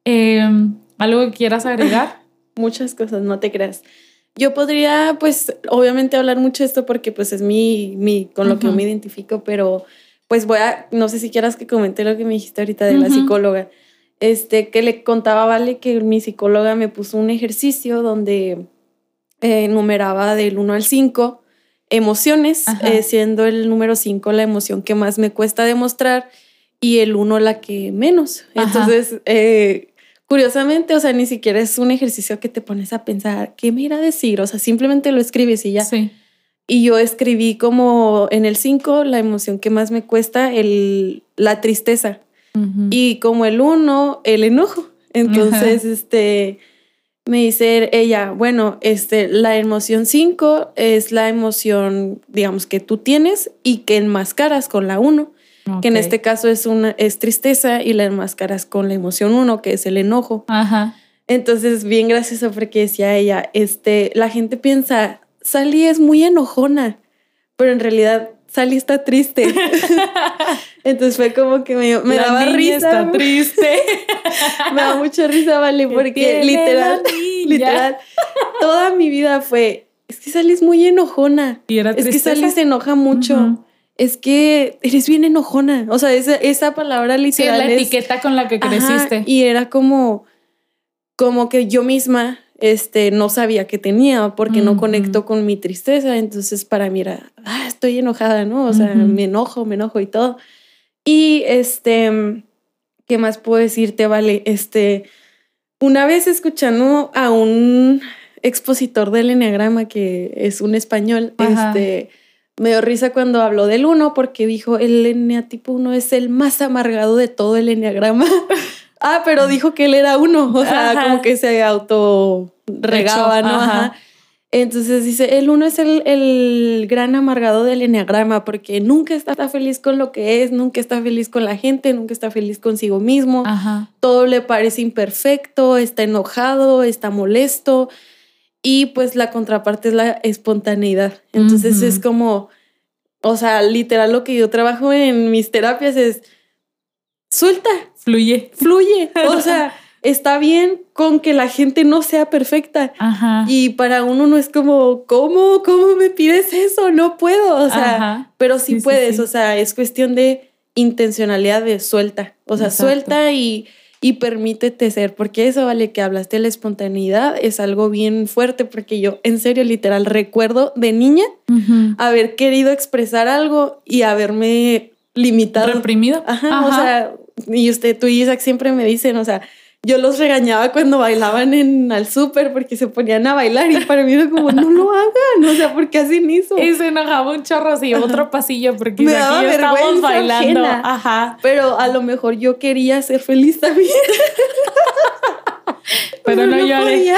¿Algo que quieras agregar? Muchas cosas, no te creas. Yo podría, pues, obviamente hablar mucho de esto porque, pues, es con lo que yo me identifico, pero, pues, no sé si quieras que comente lo que me dijiste ahorita de la psicóloga. Que le contaba a Vale que mi psicóloga me puso un ejercicio donde numeraba del 1 al 5 emociones, siendo el número 5 la emoción que más me cuesta demostrar y el 1 la que menos. Entonces, curiosamente, o sea, ni siquiera es un ejercicio que te pones a pensar, ¿qué me irá a decir? O sea, simplemente lo escribes y ya. Sí. Y yo escribí como en el 5, la emoción que más me cuesta, la tristeza. Uh-huh. Y como el 1, el enojo. Entonces, me dice ella, bueno, la emoción 5 es la emoción, digamos, que tú tienes y que enmascaras con la 1. Okay. Que en este caso es tristeza y la enmascaras con la emoción 1, que es el enojo. Ajá. Entonces, bien gracioso porque decía ella, la gente piensa, Sally es muy enojona, pero en realidad Sally está triste. Entonces fue como que me daba risa. Está triste. Me da mucha risa, Vale, porque literal, toda mi vida fue, es que Sally es muy enojona. ¿Y era tristeza? Es que Sally se enoja mucho. Uh-huh. Es que eres bien enojona. O sea, esa palabra literal es la etiqueta con la que creciste. Ajá, y era como que yo misma no sabía que tenía porque no conecto con mi tristeza. Entonces para mí era, estoy enojada, ¿no? O sea, me enojo y todo. Y ¿qué más puedo decirte, Vale? Una vez escuchando a un expositor del Enneagrama, que es un español, me dio risa cuando habló del 1 porque dijo, el eneatipo 1 es el más amargado de todo el enneagrama. Pero dijo que él era 1, o sea, como que se autorregaba, ¿no? Ajá. Entonces dice, el 1 es el gran amargado del enneagrama porque nunca está feliz con lo que es, nunca está feliz con la gente, nunca está feliz consigo mismo. Ajá. Todo le parece imperfecto, está enojado, está molesto. Y pues la contraparte es la espontaneidad. Entonces es como, o sea, literal lo que yo trabajo en mis terapias es suelta. Fluye. O sea, está bien con que la gente no sea perfecta. Ajá. Y para uno no es como, ¿cómo me pides eso? No puedo. O sea, pero sí puedes. Sí. O sea, es cuestión de intencionalidad de suelta. O sea, exacto. Suelta y permítete ser, porque eso, Vale, que hablaste de la espontaneidad, es algo bien fuerte, porque yo, en serio, literal, recuerdo de niña haber querido expresar algo y haberme limitado. ¿Reprimido? Ajá. O sea, y tú y Isaac siempre me dicen, o sea, yo los regañaba cuando bailaban al súper porque se ponían a bailar y para mí era como, no lo hagan, o sea, ¿por qué hacen eso? Y se enojaba un chorro, se llevó otro pasillo porque me aquí estábamos bailando. Ajena. Ajá. Pero a lo mejor yo quería ser feliz también. Pero no lloré.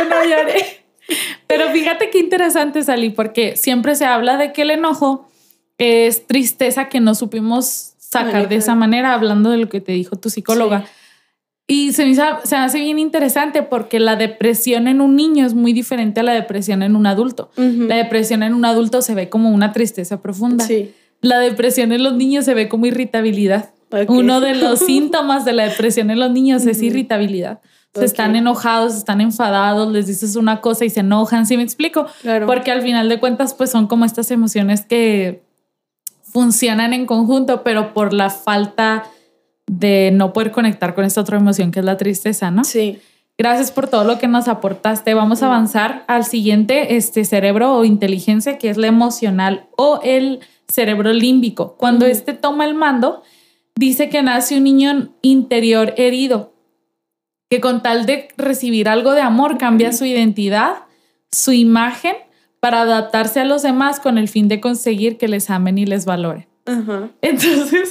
Pero fíjate qué interesante, Sally, porque siempre se habla de que el enojo es tristeza que no supimos sacar de esa manera, hablando de lo que te dijo tu psicóloga. Sí. Y se hace bien interesante porque la depresión en un niño es muy diferente a la depresión en un adulto. Uh-huh. La depresión en un adulto se ve como una tristeza profunda. Sí. La depresión en los niños se ve como irritabilidad. Okay. Uno de los síntomas de la depresión en los niños es irritabilidad. Se están enojados, están enfadados, les dices una cosa y se enojan, ¿sí me explico? Claro. Porque al final de cuentas pues son como estas emociones que funcionan en conjunto, pero por la falta de no poder conectar con esta otra emoción que es la tristeza, ¿no? Sí. Gracias por todo lo que nos aportaste. Vamos a avanzar al siguiente cerebro o inteligencia, que es la emocional o el cerebro límbico. Cuando toma el mando, dice que nace un niño interior herido, que con tal de recibir algo de amor cambia su identidad, su imagen, para adaptarse a los demás con el fin de conseguir que les amen y les valoren. Ajá. Entonces,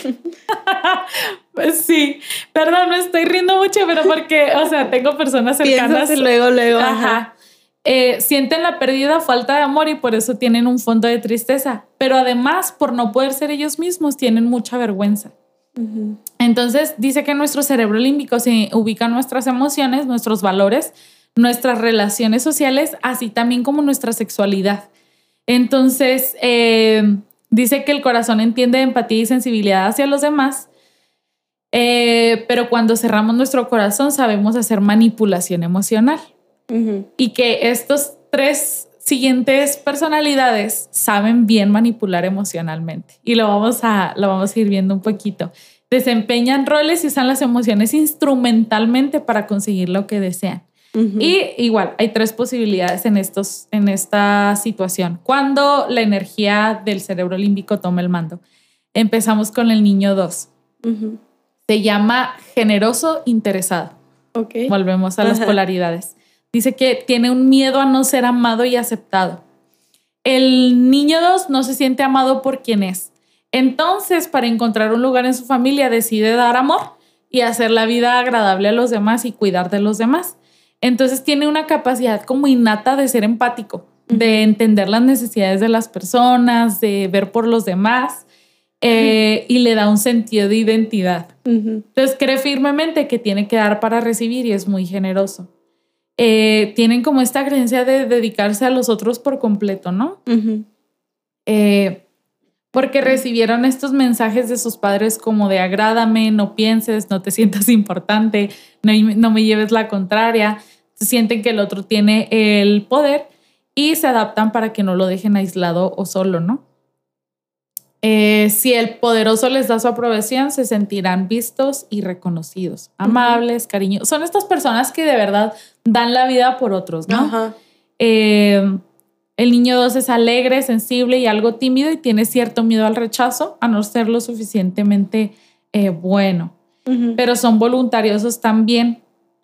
pues sí, perdón, me estoy riendo mucho, pero porque, o sea, tengo personas cercanas. Piénsase luego. Ajá. Sienten la pérdida, falta de amor y por eso tienen un fondo de tristeza. Pero además, por no poder ser ellos mismos, tienen mucha vergüenza. Uh-huh. Entonces, dice que en nuestro cerebro límbico se ubican nuestras emociones, nuestros valores, nuestras relaciones sociales, así también como nuestra sexualidad. Entonces, dice que el corazón entiende empatía y sensibilidad hacia los demás, pero cuando cerramos nuestro corazón sabemos hacer manipulación emocional. Uh-huh. Y que estos 3 siguientes personalidades saben bien manipular emocionalmente. Y lo vamos a ir viendo un poquito. Desempeñan roles y usan las emociones instrumentalmente para conseguir lo que desean. Uh-huh. Y igual, hay 3 posibilidades en esta situación. Cuando la energía del cerebro límbico toma el mando. Empezamos con el niño 2. Uh-huh. Se llama generoso interesado. Okay. Volvemos a las polaridades. Dice que tiene un miedo a no ser amado y aceptado. El niño 2 no se siente amado por quien es. Entonces, para encontrar un lugar en su familia, decide dar amor y hacer la vida agradable a los demás y cuidar de los demás. Entonces, tiene una capacidad como innata de ser empático, de entender las necesidades de las personas, de ver por los demás, y le da un sentido de identidad. Entonces, cree firmemente que tiene que dar para recibir y es muy generoso. Tienen como esta creencia de dedicarse a los otros por completo, ¿no? Uh-huh. Porque recibieron estos mensajes de sus padres como de agrádame, no pienses, no te sientas importante, no me lleves la contraria. Sienten que el otro tiene el poder y se adaptan para que no lo dejen aislado o solo, ¿no? Si el poderoso les da su aprobación, se sentirán vistos y reconocidos, amables, cariñosos. Son estas personas que de verdad dan la vida por otros, ¿no? Ajá. El niño 2 es alegre, sensible y algo tímido y tiene cierto miedo al rechazo, a no ser lo suficientemente bueno. Uh-huh. Pero son voluntariosos también,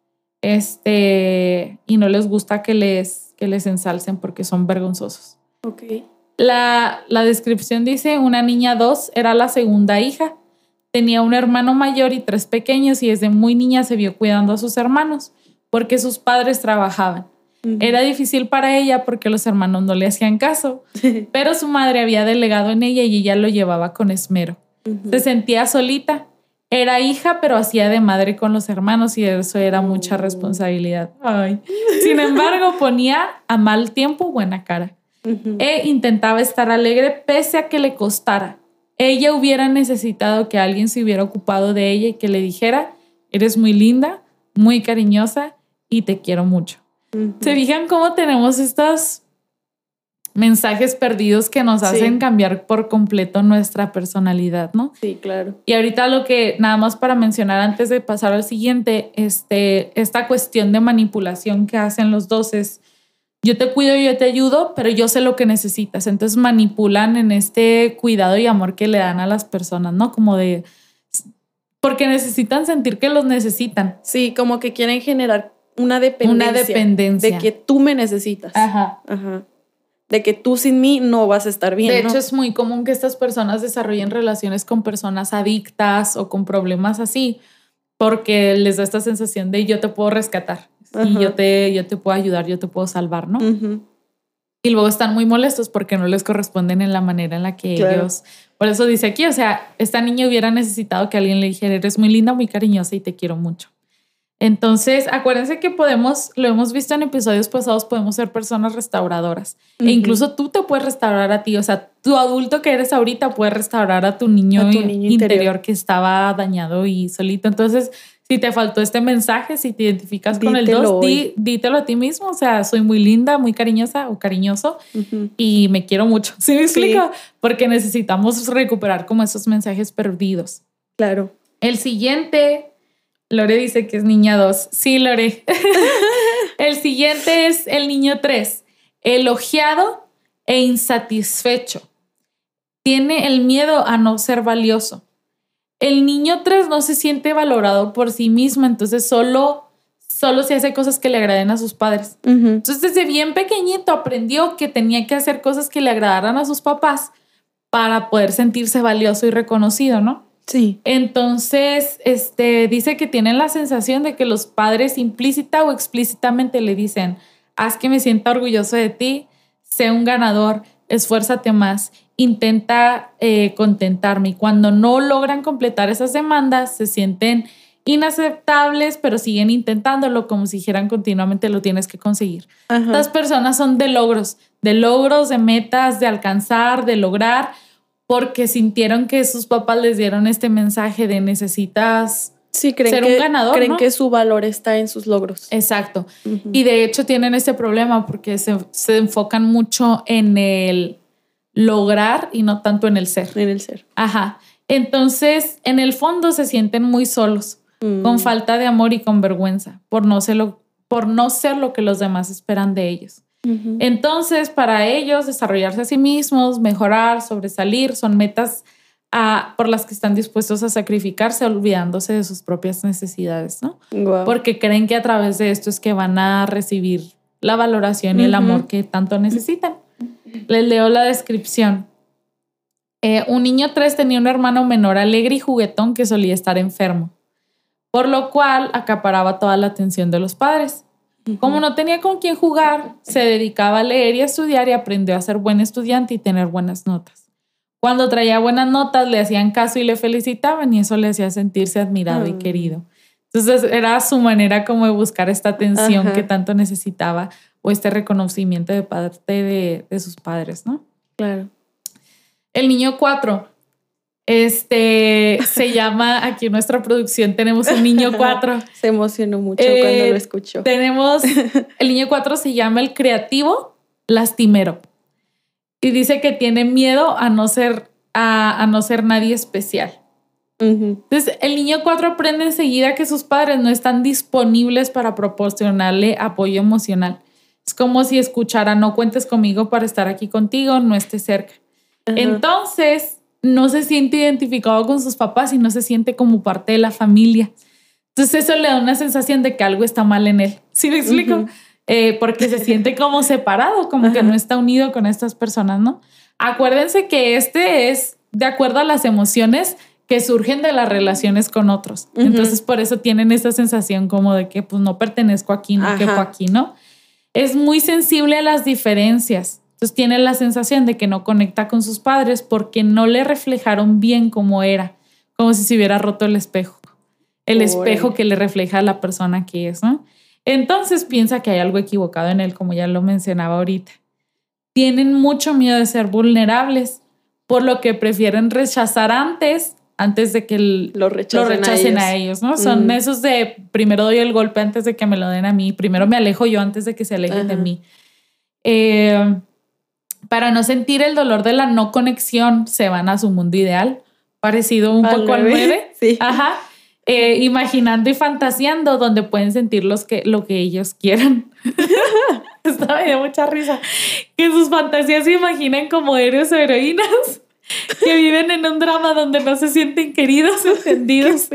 y no les gusta que les ensalcen porque son vergonzosos. Okay. La descripción dice, una niña 2 era la segunda hija. Tenía un hermano mayor y 3 pequeños y desde muy niña se vio cuidando a sus hermanos porque sus padres trabajaban. Uh-huh. Era difícil para ella porque los hermanos no le hacían caso, pero su madre había delegado en ella y ella lo llevaba con esmero. Uh-huh. Se sentía solita. Era hija, pero hacía de madre con los hermanos y eso era mucha responsabilidad. Ay. Sin embargo, ponía a mal tiempo buena cara. Uh-huh. E intentaba estar alegre pese a que le costara. Ella hubiera necesitado que alguien se hubiera ocupado de ella y que le dijera, eres muy linda, muy cariñosa y te quiero mucho. Uh-huh. ¿Se fijan cómo tenemos estos mensajes perdidos que nos hacen cambiar por completo nuestra personalidad, ¿no? Sí, claro. Y ahorita lo que, nada más para mencionar antes de pasar al siguiente, esta cuestión de manipulación que hacen los 2 es, yo te cuido, yo te ayudo, pero yo sé lo que necesitas. Entonces manipulan en este cuidado y amor que le dan a las personas, ¿no? Como de, porque necesitan sentir que los necesitan. Sí, como que quieren generar una dependencia. Una dependencia. De que tú me necesitas. Ajá. Ajá. De que tú sin mí no vas a estar bien. De hecho, es muy común que estas personas desarrollen relaciones con personas adictas o con problemas así, porque les da esta sensación de yo te puedo rescatar. Ajá. Y yo te puedo ayudar, yo te puedo salvar, ¿no? Uh-huh. Y luego están muy molestos porque no les corresponden en la manera en la que ellos... Por eso dice aquí, o sea, esta niña hubiera necesitado que alguien le dijera, eres muy linda, muy cariñosa y te quiero mucho. Entonces, acuérdense que lo hemos visto en episodios pasados, podemos ser personas restauradoras. E incluso tú te puedes restaurar a ti. O sea, tu adulto que eres ahorita puede restaurar a tu niño interior que estaba dañado y solito. Entonces, si te faltó este mensaje, si te identificas con el 2, dítelo a ti mismo. O sea, soy muy linda, muy cariñosa o cariñoso y me quiero mucho. ¿Sí me explico? Porque necesitamos recuperar como esos mensajes perdidos. Claro. El siguiente, Lore dice que es niña 2. Sí, Lore. El siguiente es el niño 3. Elogiado e insatisfecho. Tiene el miedo a no ser valioso. El niño 3 no se siente valorado por sí mismo, entonces solo se hace cosas que le agraden a sus padres. Entonces, desde bien pequeñito aprendió que tenía que hacer cosas que le agradaran a sus papás para poder sentirse valioso y reconocido, ¿no? Sí. Entonces, dice que tienen la sensación de que los padres implícita o explícitamente le dicen, haz que me sienta orgulloso de ti, sé un ganador, esfuérzate más, intenta contentarme. Y cuando no logran completar esas demandas, se sienten inaceptables, pero siguen intentándolo como si dijeran continuamente lo tienes que conseguir. Estas personas son de logros, de metas, de alcanzar, de lograr, porque sintieron que sus papás les dieron este mensaje de necesitas ser un ganador. Creen ¿no? que su valor está en sus logros. Exacto. Y de hecho tienen este problema porque se enfocan mucho en el lograr y no tanto en el ser. En el ser. Ajá. Entonces, en el fondo se sienten muy solos, con falta de amor y con vergüenza por no ser lo que los demás esperan de ellos. Entonces, para ellos, desarrollarse a sí mismos, mejorar, sobresalir, son metas por las que están dispuestos a sacrificarse, olvidándose de sus propias necesidades, ¿no? Wow. Porque creen que a través de esto es que van a recibir la valoración y el amor que tanto necesitan. Les leo la descripción. Un niño 3 tenía un hermano menor alegre y juguetón que solía estar enfermo, por lo cual acaparaba toda la atención de los padres. Como no tenía con quién jugar, se dedicaba a leer y a estudiar y aprendió a ser buen estudiante y tener buenas notas. Cuando traía buenas notas, le hacían caso y le felicitaban y eso le hacía sentirse admirado y querido. Entonces era su manera como de buscar esta atención que tanto necesitaba o este reconocimiento de parte de sus padres, ¿no? Claro. El niño 4. Se llama, aquí en nuestra producción tenemos un niño 4. Se emocionó mucho cuando lo escuchó. El niño 4 se llama el creativo lastimero. Y dice que tiene miedo a no ser nadie especial. Entonces, el niño 4 aprende enseguida que sus padres no están disponibles para proporcionarle apoyo emocional. Es como si escuchara, no cuentes conmigo para estar aquí contigo, no estés cerca. Entonces, no se siente identificado con sus papás y no se siente como parte de la familia. Entonces, eso le da una sensación de que algo está mal en él. ¿Sí me explico? Porque se siente como separado, como que no está unido con estas personas, ¿no? Acuérdense que es de acuerdo a las emociones que surgen de las relaciones con otros. Entonces, por eso tienen esa sensación como de que pues no pertenezco aquí, no quepo aquí, ¿no? Es muy sensible a las diferencias. Entonces, tiene la sensación de que no conecta con sus padres porque no le reflejaron bien cómo era, como si se hubiera roto el espejo. El espejo que le refleja a la persona que es, ¿no? Entonces piensa que hay algo equivocado en él, como ya lo mencionaba ahorita. Tienen mucho miedo de ser vulnerables, por lo que prefieren rechazar antes de que lo rechacen a ellos, ¿no? Son esos de primero doy el golpe antes de que me lo den a mí, primero me alejo yo antes de que se alejen de mí. Para no sentir el dolor de la no conexión, se van a su mundo ideal, parecido un poco al 9. Sí. Ajá. Imaginando y fantaseando donde pueden sentir lo que ellos quieran. Esto me dio mucha risa. Que sus fantasías se imaginen como héroes o heroínas que viven en un drama donde no se sienten queridos o entendidos.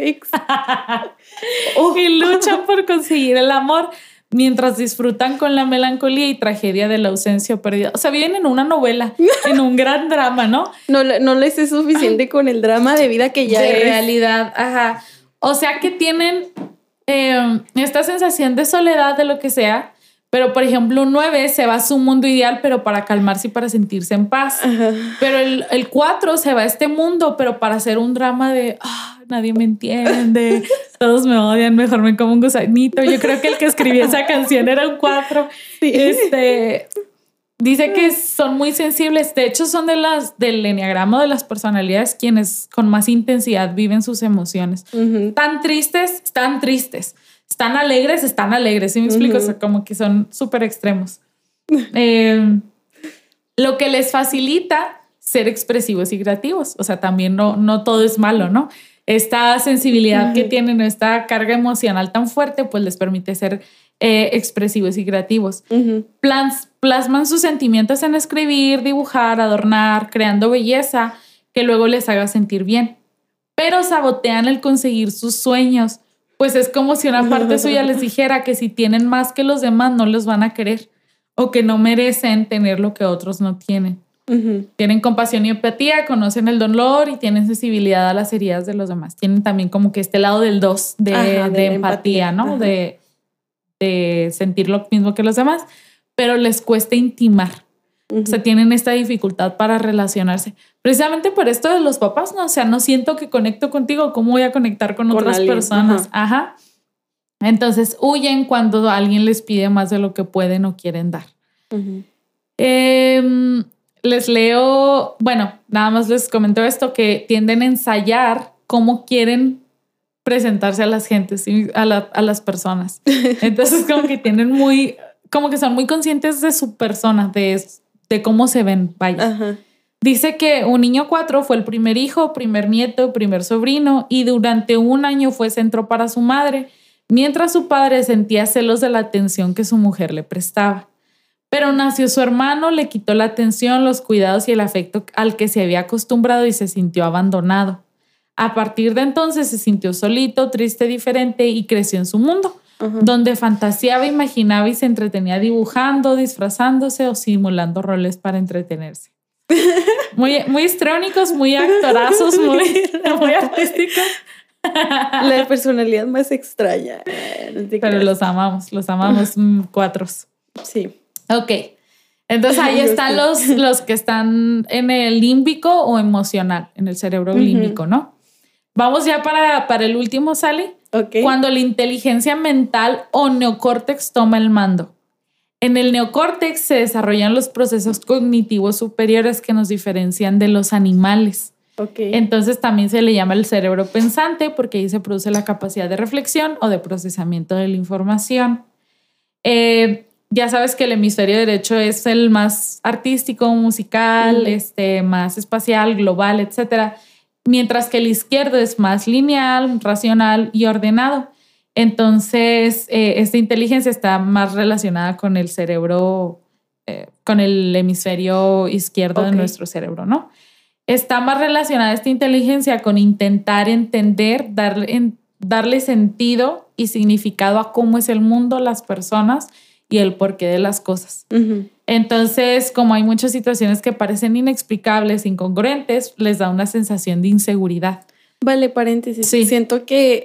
Y luchan por conseguir el amor mientras disfrutan con la melancolía y tragedia de la ausencia o pérdida. O sea, viven en una novela, en un gran drama, ¿no? No les es suficiente con el drama de vida que ya de es. Realidad, ajá. O sea que tienen esta sensación de soledad, de lo que sea, Pero, por ejemplo, un 9 se va a su mundo ideal, pero para calmarse y para sentirse en paz. Ajá. Pero el 4 se va a este mundo, pero para hacer un drama de nadie me entiende, todos me odian, mejor me como un gusanito. Yo creo que el que escribió esa canción era un 4. Sí. Dice que son muy sensibles. De hecho, son del enneagrama de las personalidades quienes con más intensidad viven sus emociones. Uh-huh. Están tristes. Están alegres, ¿sí me explico? Uh-huh. O sea, como que son súper extremos. Lo que les facilita ser expresivos y creativos. O sea, también no todo es malo, ¿no? Esta sensibilidad uh-huh. que tienen, esta carga emocional tan fuerte, pues les permite ser expresivos y creativos. Uh-huh. Plasman sus sentimientos en escribir, dibujar, adornar, creando belleza que luego les haga sentir bien. Pero sabotean el conseguir sus sueños. Pues es como si una parte suya les dijera que si tienen más que los demás no los van a querer o que no merecen tener lo que otros no tienen. Uh-huh. Tienen compasión y empatía, conocen el dolor y tienen sensibilidad a las heridas de los demás. Tienen también como que este lado del 2 de empatía, ¿no? De sentir lo mismo que los demás, pero les cuesta intimar. Uh-huh. O sea, tienen esta dificultad para relacionarse. Precisamente por esto de los papás, ¿no? O sea, no siento que conecto contigo, ¿cómo voy a conectar con otras alguien? Personas? Ajá. Entonces, huyen cuando alguien les pide más de lo que pueden o quieren dar. Uh-huh. Les leo, bueno, nada más les comento esto, que tienden a ensayar cómo quieren presentarse a las gentes, ¿sí? a las personas. Entonces, como que como que son muy conscientes de su persona, de cómo se ven, vaya. Ajá. Dice que un niño 4 fue el primer hijo, primer nieto, primer sobrino y durante un año fue centro para su madre, mientras su padre sentía celos de la atención que su mujer le prestaba. Pero nació su hermano, le quitó la atención, los cuidados y el afecto al que se había acostumbrado y se sintió abandonado. A partir de entonces se sintió solito, triste, diferente y creció en su mundo, uh-huh. donde fantaseaba, imaginaba y se entretenía dibujando, disfrazándose o simulando roles para entretenerse. Muy, muy histriónicos, muy actorazos, muy artísticos. La personalidad más extraña. Pero los amamos, 4. Sí. Ok. Entonces ahí están los que están en el límbico o emocional, en el cerebro uh-huh. límbico, ¿no? Vamos ya para el último, Sally. Okay. Cuando la inteligencia mental o neocórtex toma el mando. En el neocórtex se desarrollan los procesos cognitivos superiores que nos diferencian de los animales. Okay. Entonces también se le llama el cerebro pensante porque ahí se produce la capacidad de reflexión o de procesamiento de la información. Ya sabes que el hemisferio derecho es el más artístico, musical, más espacial, global, etc. Mientras que el izquierdo es más lineal, racional y ordenado. Entonces, esta inteligencia está más relacionada con el cerebro, con el hemisferio izquierdo okay. de nuestro cerebro, ¿no? Está más relacionada esta inteligencia con intentar entender, darle sentido y significado a cómo es el mundo, las personas y el porqué de las cosas. Uh-huh. Entonces, como hay muchas situaciones que parecen inexplicables, incongruentes, les da una sensación de inseguridad. Vale, paréntesis. Sí. Siento que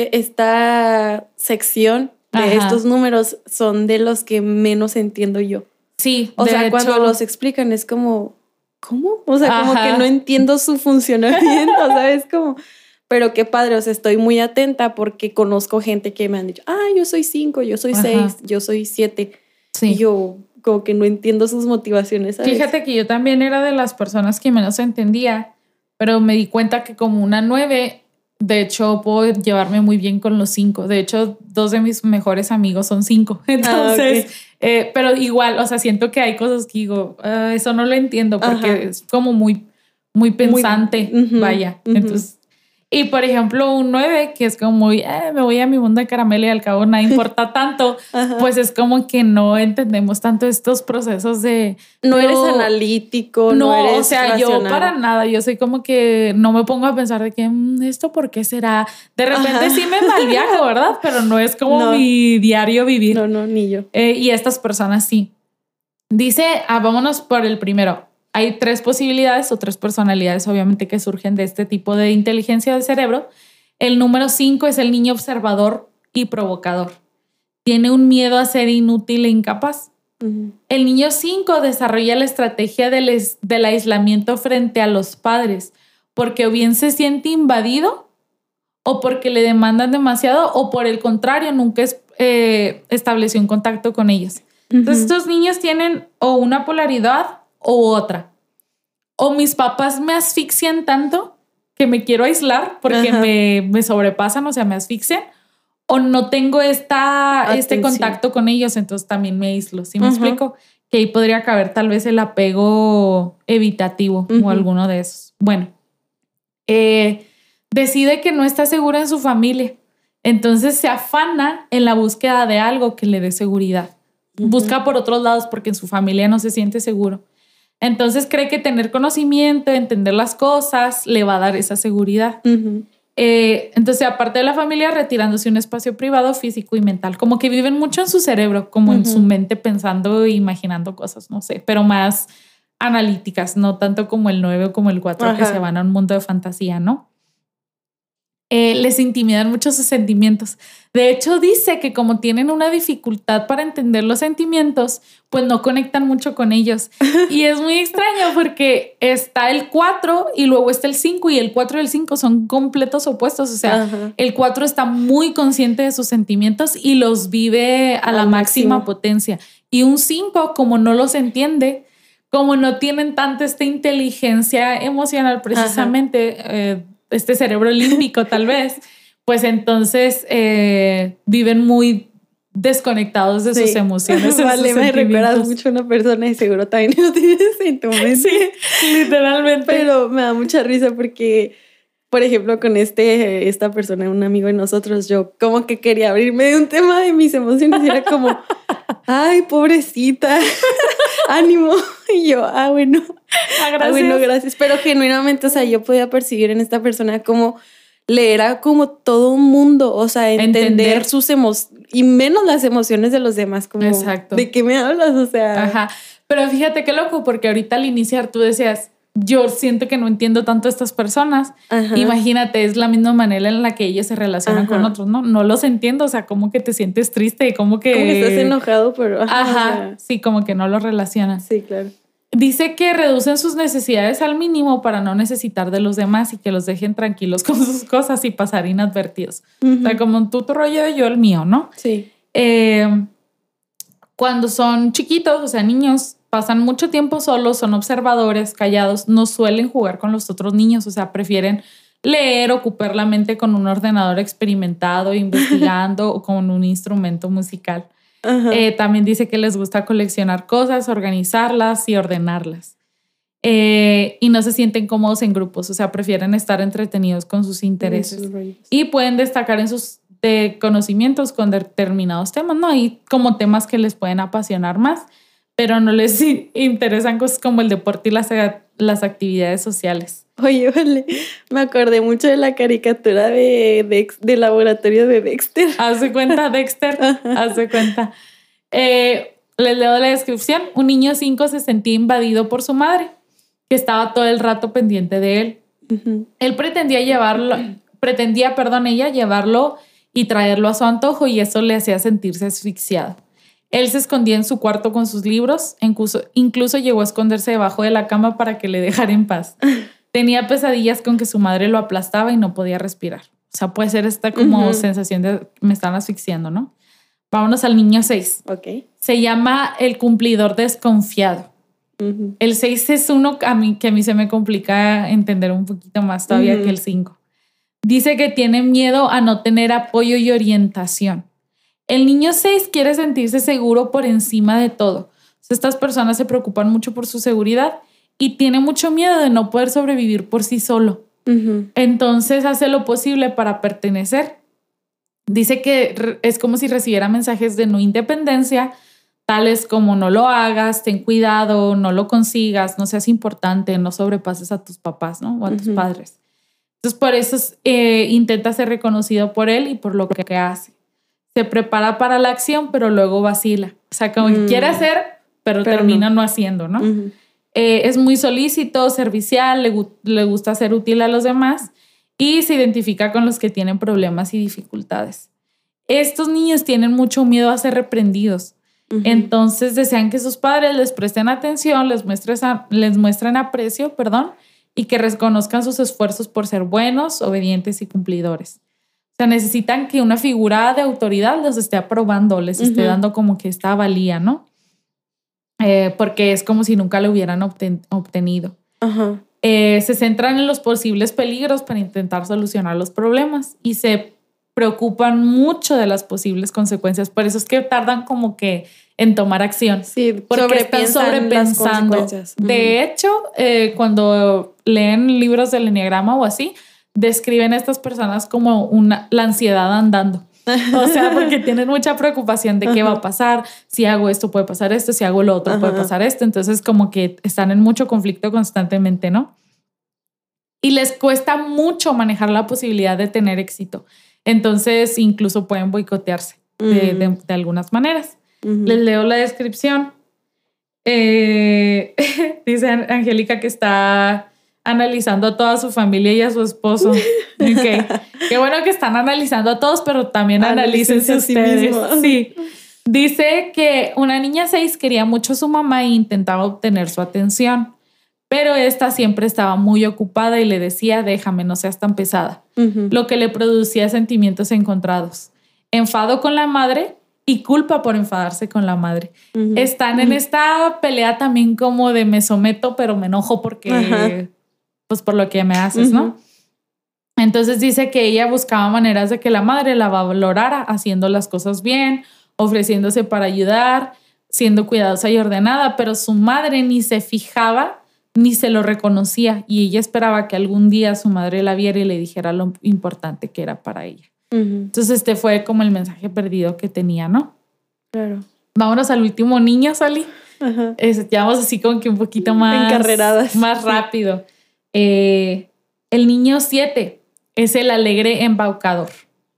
esta sección de Ajá. estos números son de los que menos entiendo yo. Sí. O sea, cuando los explican es como, ¿cómo? O sea, como Ajá. que no entiendo su funcionamiento, ¿sabes? Como, pero qué padre, o sea, estoy muy atenta porque conozco gente que me han dicho, yo soy 5, yo soy 6, yo soy 7. Sí. Y yo como que no entiendo sus motivaciones, ¿sabes? Fíjate que yo también era de las personas que menos entendía, pero me di cuenta que como una 9, de hecho, puedo llevarme muy bien con los 5. De hecho, 2 de mis mejores amigos son 5. Entonces, okay. Pero igual, o sea, siento que hay cosas que digo, eso no lo entiendo porque Ajá. es como muy, muy pensante, muy, vaya. Uh-huh. Entonces, y por ejemplo, un 9, que es como muy, me voy a mi mundo de caramelo y al cabo nada importa tanto, pues es como que no entendemos tanto estos procesos de... No eres analítico, no eres o sea, racional. Yo para nada, yo soy como que no me pongo a pensar de que, ¿esto por qué será? De repente Ajá. sí me malviajo, ¿verdad? Pero no es como mi diario vivir. No, ni yo. Y estas personas sí. Dice, vámonos por el primero. Hay 3 posibilidades o 3 personalidades, obviamente, que surgen de este tipo de inteligencia del cerebro. El número 5 es el niño observador y provocador. tiene un miedo a ser inútil e incapaz. El niño 5 desarrolla la estrategia del aislamiento frente a los padres, porque o bien se siente invadido o porque le demandan demasiado o por el contrario nunca estableció un contacto con ellos. Entonces estos niños tienen o una polaridad o otra. O mis papás me asfixian tanto que me quiero aislar porque me sobrepasan, o sea, me asfixian, o no tengo este contacto con ellos, entonces también me aíslo. ¿Sí me explico? Que ahí podría caber tal vez el apego evitativo o alguno de esos. Bueno, decide que no está segura en su familia, entonces se afana en la búsqueda de algo que le dé seguridad. Busca por otros lados porque en su familia no se siente seguro. Entonces cree que tener conocimiento, entender las cosas, le va a dar esa seguridad. Entonces, aparte de la familia, retirándose un espacio privado, físico y mental. Como que viven mucho en su cerebro, como en su mente pensando e imaginando cosas, no sé, pero más analíticas, no tanto como el 9 o como el 4 que se van a un mundo de fantasía, ¿no? Les intimidan mucho sus sentimientos. De hecho, dice que como tienen una dificultad para entender los sentimientos, pues no conectan mucho con ellos. Y es muy extraño porque está el 4 y luego está el 5 y el 4 y el 5 son completos opuestos. O sea, el 4 está muy consciente de sus sentimientos y los vive a la máxima potencia. Y un 5, como no los entiende, como no tienen tanta esta inteligencia emocional precisamente, este cerebro límbico tal vez, pues entonces viven muy desconectados de sus emociones. Vale, me recuerdas mucho a una persona y seguro también lo tienes en tu mente. Sí, literalmente. Pero me da mucha risa porque, por ejemplo, con esta persona, un amigo de nosotros, yo como que quería abrirme de un tema de mis emociones y era como, ay, pobrecita, ánimo. Y yo, bueno. Gracias. Bueno, gracias. Pero genuinamente, o sea, yo podía percibir en esta persona como le era como todo un mundo, o sea, entender sus emociones y menos las emociones de los demás. Como, exacto. ¿De qué me hablas? O sea. Ajá. Pero fíjate qué loco, porque ahorita al iniciar tú decías, yo siento que no entiendo tanto a estas personas. Imagínate, es la misma manera en la que ellos se relacionan con otros, ¿no? No los entiendo, o sea, como que te sientes triste, como que estás enojado, pero. O sea, sí, como que no los relacionas. Sí, claro. Dice que reducen sus necesidades al mínimo para no necesitar de los demás y que los dejen tranquilos con sus cosas y pasar inadvertidos. O sea, como tú tu rollo y yo el mío, ¿no? Sí. Cuando son chiquitos, o sea, niños, pasan mucho tiempo solos, son observadores, callados, no suelen jugar con los otros niños, o sea, prefieren leer, ocupar la mente con un ordenador experimentado, investigando o con un instrumento musical. También dice que les gusta coleccionar cosas, organizarlas y ordenarlas. Y no se sienten cómodos en grupos, o sea, prefieren estar entretenidos con sus intereses. Y pueden destacar en sus conocimientos con determinados temas, ¿no? Hay como temas que les pueden apasionar más, pero no les interesan cosas como el deporte y las actividades sociales. Oye, vale, me acordé mucho de la caricatura de laboratorio de Dexter. ¿Haz de cuenta, Dexter? Haz de cuenta. Les leo la descripción. Un niño 5 se sentía invadido por su madre, que estaba todo el rato pendiente de él. Él pretendía ella llevarlo y traerlo a su antojo y eso le hacía sentirse asfixiado. Él se escondía en su cuarto con sus libros, incluso llegó a esconderse debajo de la cama para que le dejara en paz. Tenía pesadillas con que su madre lo aplastaba y no podía respirar. O sea, puede ser esta como sensación de me están asfixiando, ¿no? Vámonos al niño 6. Okay. Se llama el cumplidor desconfiado. El 6 es uno que a mí se me complica entender un poquito más todavía que el 5. Dice que tiene miedo a no tener apoyo y orientación. El niño 6 quiere sentirse seguro por encima de todo. O sea, estas personas se preocupan mucho por su seguridad y tiene mucho miedo de no poder sobrevivir por sí solo. Entonces hace lo posible para pertenecer. Dice que es como si recibiera mensajes de no independencia, tales como no lo hagas, ten cuidado, no lo consigas, no seas importante, no sobrepases a tus papás, ¿no? O a tus padres. Entonces por eso intenta ser reconocido por él y por lo que hace. Se prepara para la acción, pero luego vacila. O sea, como que quiere hacer, pero termina no haciendo, ¿no? Es muy solícito, servicial, le gusta ser útil a los demás y se identifica con los que tienen problemas y dificultades. estos niños tienen mucho miedo a ser reprendidos. Entonces desean que sus padres les presten atención, les muestren aprecio, y que reconozcan sus esfuerzos por ser buenos, obedientes y cumplidores. O sea, necesitan que una figura de autoridad los esté aprobando, les esté dando como que esta valía, ¿no? Porque es como si nunca lo hubieran obtenido. Se centran en los posibles peligros para intentar solucionar los problemas y se preocupan mucho de las posibles consecuencias. Por eso es que tardan como que en tomar acción. Sí, porque están sobrepensando. De hecho, cuando leen libros del Enneagrama o así, describen a estas personas como la ansiedad andando. O sea, porque tienen mucha preocupación de qué va a pasar, si hago esto puede pasar esto, si hago lo otro puede pasar esto. Entonces como que están en mucho conflicto constantemente, ¿no? Y les cuesta mucho manejar la posibilidad de tener éxito. Entonces incluso pueden boicotearse de algunas maneras. Les leo la descripción. Dice Angélica que está analizando a toda su familia y a su esposo. Okay. Qué bueno que están analizando a todos, pero también analícense ustedes. Sí. Dice que una niña 6 quería mucho a su mamá e intentaba obtener su atención, pero esta siempre estaba muy ocupada y le decía, déjame, no seas tan pesada, lo que le producía sentimientos encontrados. Enfado con la madre y culpa por enfadarse con la madre. Están en esta pelea también como de me someto, pero me enojo porque, pues por lo que me haces, ¿no? Entonces dice que ella buscaba maneras de que la madre la valorara, haciendo las cosas bien, ofreciéndose para ayudar, siendo cuidadosa y ordenada, pero su madre ni se fijaba ni se lo reconocía y ella esperaba que algún día su madre la viera y le dijera lo importante que era para ella. Entonces este fue como el mensaje perdido que tenía, ¿no? Claro. Vámonos al último niño, Sally. Ya vamos así como que un poquito más encarreradas, más rápido. El niño 7 es el alegre embaucador.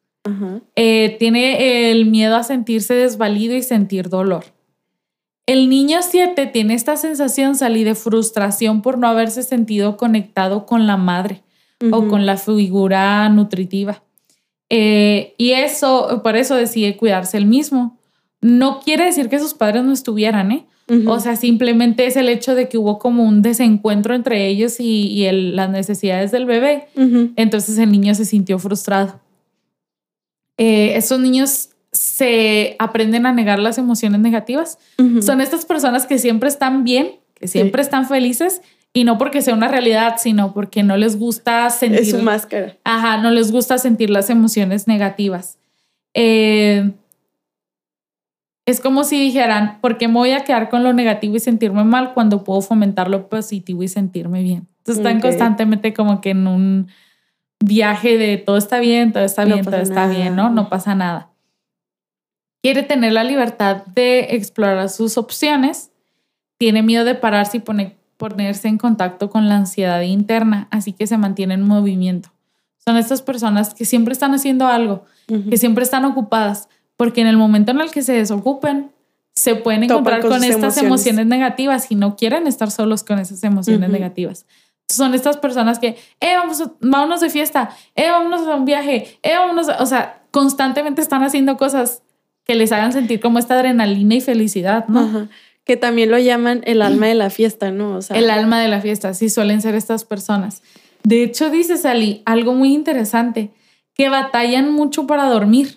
Tiene el miedo a sentirse desvalido y sentir dolor. El niño 7 tiene esta sensación, Sally, de frustración por no haberse sentido conectado con la madre o con la figura nutritiva. Y por eso decide cuidarse él mismo. No quiere decir que sus padres no estuvieran, O sea, simplemente es el hecho de que hubo como un desencuentro entre ellos y las necesidades del bebé. Entonces el niño se sintió frustrado. Esos niños se aprenden a negar las emociones negativas. Son estas personas que siempre están bien, que siempre están felices, y no porque sea una realidad, sino porque no les gusta sentir... Es su máscara. No les gusta sentir las emociones negativas. Es como si dijeran, ¿por qué me voy a quedar con lo negativo y sentirme mal cuando puedo fomentar lo positivo y sentirme bien? Entonces están constantemente como que en un viaje de todo está bien, todo está bien, todo está bien, ¿no? No pasa nada. Quiere tener la libertad de explorar sus opciones, tiene miedo de pararse y ponerse en contacto con la ansiedad interna, así que se mantiene en movimiento. Son estas personas que siempre están haciendo algo, que siempre están ocupadas, porque en el momento en el que se desocupen, se pueden encontrar con estas emociones negativas y no quieren estar solos con esas emociones negativas. Son estas personas que, vámonos de fiesta, vámonos a un viaje, o sea, constantemente están haciendo cosas que les hagan sentir como esta adrenalina y felicidad, ¿no? Que también lo llaman el alma de la fiesta, ¿no? O sea, el alma de la fiesta, sí, suelen ser estas personas. De hecho, dice Sally, algo muy interesante, que batallan mucho para dormir.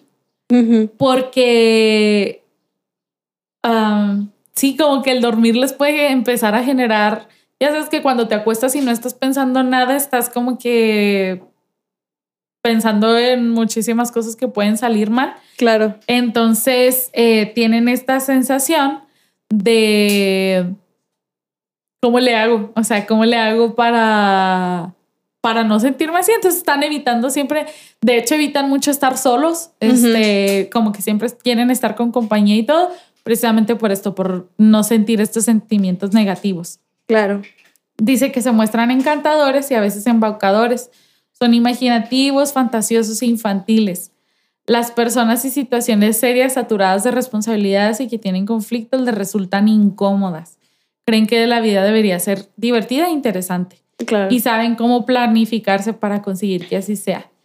Porque sí, como que el dormir les puede empezar a generar, ya sabes que cuando te acuestas y no estás pensando nada, estás como que pensando en muchísimas cosas que pueden salir mal. Claro. Entonces tienen esta sensación de ¿cómo le hago? O sea, ¿cómo le hago para no sentirme así? Entonces están evitando siempre, de hecho evitan mucho estar solos, como que siempre quieren estar con compañía y todo, precisamente por esto, por no sentir estos sentimientos negativos. Claro. Dice que se muestran encantadores y a veces embaucadores. Son imaginativos, fantasiosos e infantiles. Las personas y situaciones serias, saturadas de responsabilidades y que tienen conflictos, les resultan incómodas. Creen que la vida debería ser divertida e interesante. Claro. Y saben cómo planificarse para conseguir que así sea.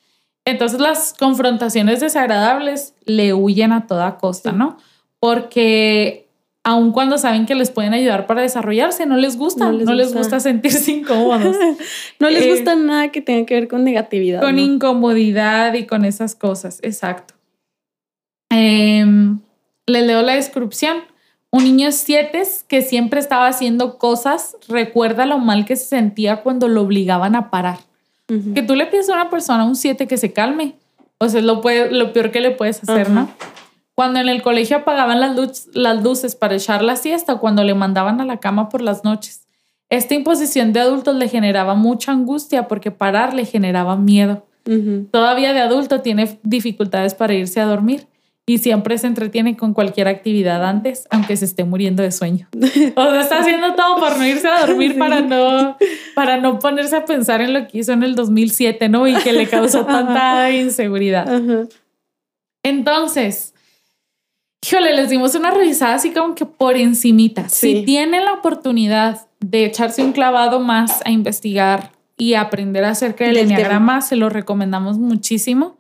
Entonces las confrontaciones desagradables le huyen a toda costa, ¿no? Porque aun cuando saben que les pueden ayudar para desarrollarse, no les gusta sentirse incómodos. No les gusta nada que tenga que ver con negatividad. Con incomodidad y con esas cosas, exacto. Les leo la descripción. Un niño 7 que siempre estaba haciendo cosas recuerda lo mal que se sentía cuando lo obligaban a parar. Uh-huh. Que tú le pides a una persona, un 7, que se calme. O sea, es lo peor que le puedes hacer, uh-huh. ¿no? Cuando en el colegio apagaban las luces para echar la siesta o cuando le mandaban a la cama por las noches. Esta imposición de adultos le generaba mucha angustia porque parar le generaba miedo. Uh-huh. Todavía de adulto tiene dificultades para irse a dormir y siempre se entretiene con cualquier actividad antes, aunque se esté muriendo de sueño. O sea, está haciendo todo por no irse a dormir, sí. para no ponerse a pensar en lo que hizo en el 2007, ¿no? Y que le causó tanta inseguridad. Uh-huh. Entonces, híjole, les dimos una revisada así como que por encimita. Sí. Si tienen la oportunidad de echarse un clavado más a investigar y a aprender acerca del enneagrama, se lo recomendamos muchísimo.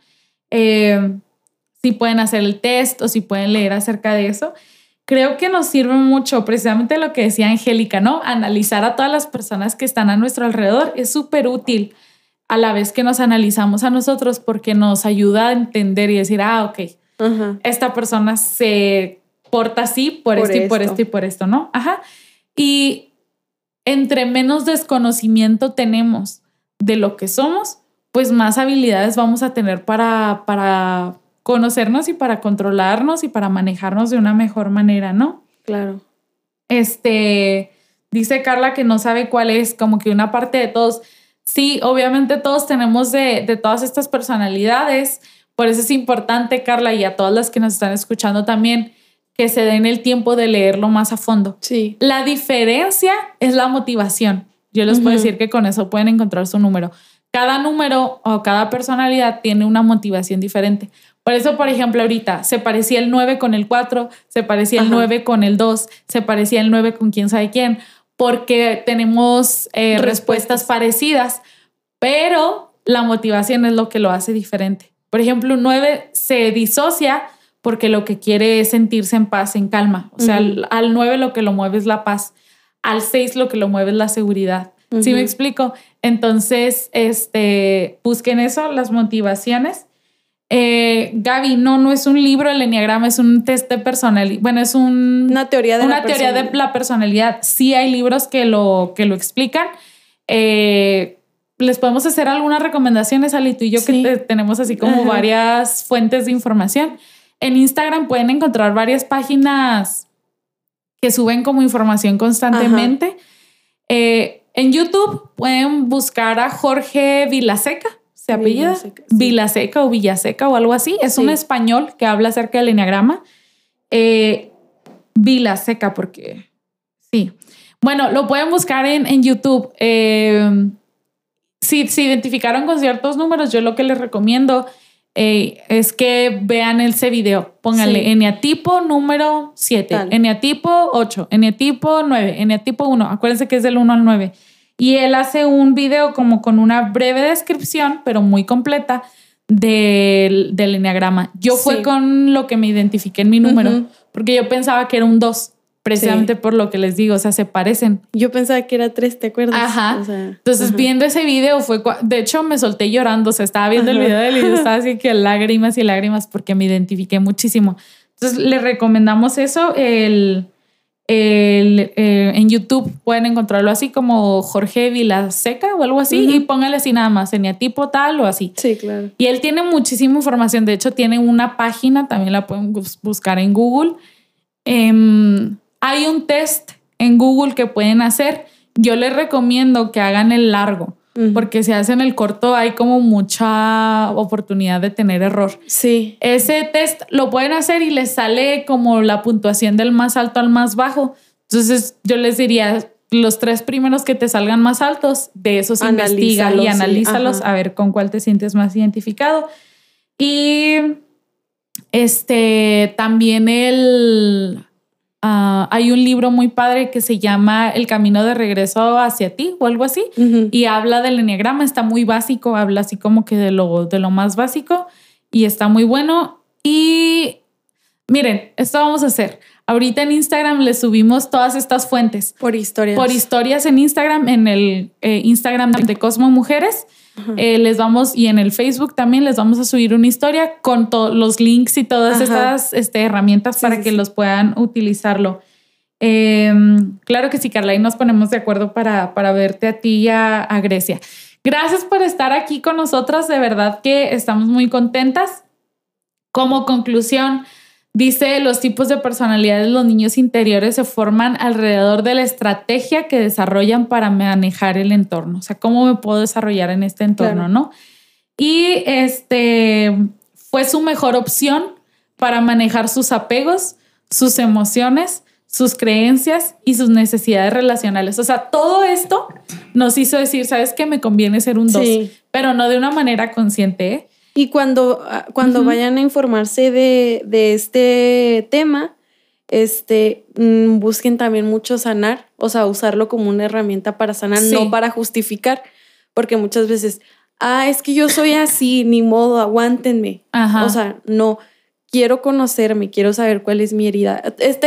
Si pueden hacer el test o si pueden leer acerca de eso. Creo que nos sirve mucho precisamente lo que decía Angélica, ¿no? Analizar a todas las personas que están a nuestro alrededor es súper útil a la vez que nos analizamos a nosotros porque nos ayuda a entender y decir, ok, uh-huh. esta persona se porta así por esto y por esto y por esto, ¿no? Ajá. Y entre menos desconocimiento tenemos de lo que somos, pues más habilidades vamos a tener para conocernos y para controlarnos y para manejarnos de una mejor manera, ¿no? Claro. Dice Carla que no sabe cuál es, como que una parte de todos. Sí, obviamente todos tenemos de todas estas personalidades. Por eso es importante, Carla, y a todas las que nos están escuchando también, que se den el tiempo de leerlo más a fondo. Sí. La diferencia es la motivación. Yo les puedo decir que con eso pueden encontrar su número. Cada número o cada personalidad tiene una motivación diferente. Por eso, por ejemplo, ahorita se parecía el 9 con el 4, se parecía el 9 con el 2, se parecía el 9 con quién sabe quién, porque tenemos respuestas parecidas, pero la motivación es lo que lo hace diferente. Por ejemplo, un 9 se disocia porque lo que quiere es sentirse en paz, en calma. O sea, al 9 lo que lo mueve es la paz. Al 6 lo que lo mueve es la seguridad. ¿Sí me explico? Entonces, busquen eso, las motivaciones. Gaby, no es un libro, el enneagrama es un test de personalidad. Bueno, es una teoría de la personalidad. Sí hay libros que lo explican. Les podemos hacer algunas recomendaciones, Ali, tú y yo, sí. Que tenemos así como varias fuentes de información. En Instagram pueden encontrar varias páginas que suben como información constantemente. En YouTube pueden buscar a Jorge Vilaseca. ¿Se apellida? Vilaseca o Villaseca o algo así. Es un español que habla acerca del enneagrama. Vilaseca, porque sí. Bueno, lo pueden buscar en YouTube. Si se identificaron con ciertos números, yo lo que les recomiendo es que vean ese video. Pónganle eneatipo número 7, eneatipo 8, eneatipo 9, eneatipo 1. Acuérdense que es del 1 al 9. Y él hace un video como con una breve descripción, pero muy completa, del enneagrama. Yo fue con lo que me identifiqué en mi número, porque yo pensaba que era un 2, precisamente por lo que les digo, o sea, se parecen. Yo pensaba que era 3, ¿te acuerdas? Ajá. O sea, entonces, viendo ese video de hecho, me solté llorando, o sea, estaba viendo el video y estaba así que lágrimas y lágrimas porque me identifiqué muchísimo. Entonces, les recomendamos eso, en YouTube pueden encontrarlo así como Jorge Vilaseca o algo así y póngale así nada más, eneatipo tal o así. Sí, claro. Y él tiene muchísima información. De hecho, tiene una página, también la pueden buscar en Google. Hay un test en Google que pueden hacer. Yo les recomiendo que hagan el largo, porque si hacen el corto hay como mucha oportunidad de tener error. Sí. Ese test lo pueden hacer y les sale como la puntuación del más alto al más bajo. Entonces yo les diría, los 3 primeros que te salgan más altos, de esos investiga y analízalos a ver con cuál te sientes más identificado. Y también hay un libro muy padre que se llama El camino de regreso hacia ti o algo así, y habla del eneagrama. Está muy básico, habla así como que de lo más básico y está muy bueno. Y miren, esto vamos a hacer. Ahorita en Instagram les subimos todas estas fuentes. Por historias. Por historias en Instagram, en el Instagram de Cosmo Mujeres. Les vamos, y en el Facebook también les vamos a subir una historia con todos los links y todas estas herramientas para que los puedan utilizarlo. Claro que sí, Carla, y nos ponemos de acuerdo para verte a ti y a Grecia. Gracias por estar aquí con nosotras, de verdad que estamos muy contentas. Como conclusión, dice, los tipos de personalidades de los niños interiores se forman alrededor de la estrategia que desarrollan para manejar el entorno. O sea, ¿cómo me puedo desarrollar en este entorno, no? Y fue su mejor opción para manejar sus apegos, sus emociones, sus creencias y sus necesidades relacionales. O sea, todo esto nos hizo decir, ¿sabes qué? Me conviene ser un 2, pero no de una manera consciente, ¿eh? Y cuando vayan a informarse de este tema, busquen también mucho sanar, o sea, usarlo como una herramienta para sanar, no para justificar, porque muchas veces, es que yo soy así, ni modo, aguántenme. O sea, no, quiero conocerme, quiero saber cuál es mi herida.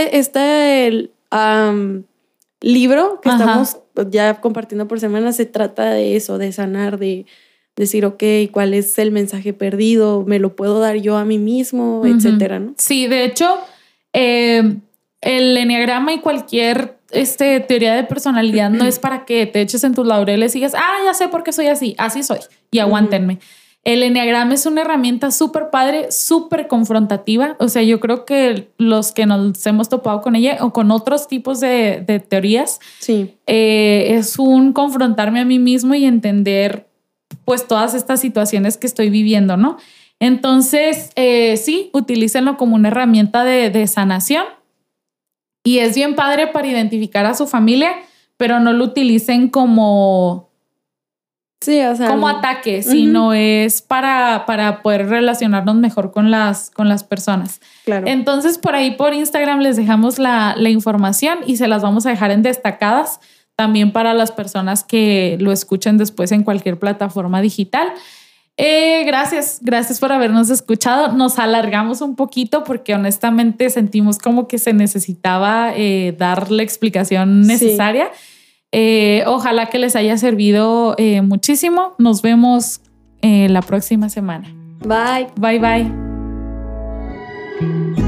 El libro que estamos ya compartiendo por semana se trata de eso, de sanar, de decir, ok, ¿cuál es el mensaje perdido? ¿Me lo puedo dar yo a mí mismo? Etcétera, ¿no? Sí, de hecho, el eneagrama y cualquier teoría de personalidad no es para que te eches en tus laureles y digas, ya sé por qué soy así soy, y aguántenme. El eneagrama es una herramienta súper padre, súper confrontativa. O sea, yo creo que los que nos hemos topado con ella o con otros tipos de teorías, es un confrontarme a mí mismo y entender pues todas estas situaciones que estoy viviendo, ¿no? Entonces, sí, utilícenlo como una herramienta de sanación y es bien padre para identificar a su familia, pero no lo utilicen como ataque, sino es para poder relacionarnos mejor con las personas. Claro. Entonces, por ahí por Instagram les dejamos la información y se las vamos a dejar en destacadas también para las personas que lo escuchen después en cualquier plataforma digital. Gracias por habernos escuchado. Nos alargamos un poquito porque honestamente sentimos como que se necesitaba dar la explicación necesaria. Ojalá que les haya servido muchísimo. Nos vemos la próxima semana. Bye. Bye, bye.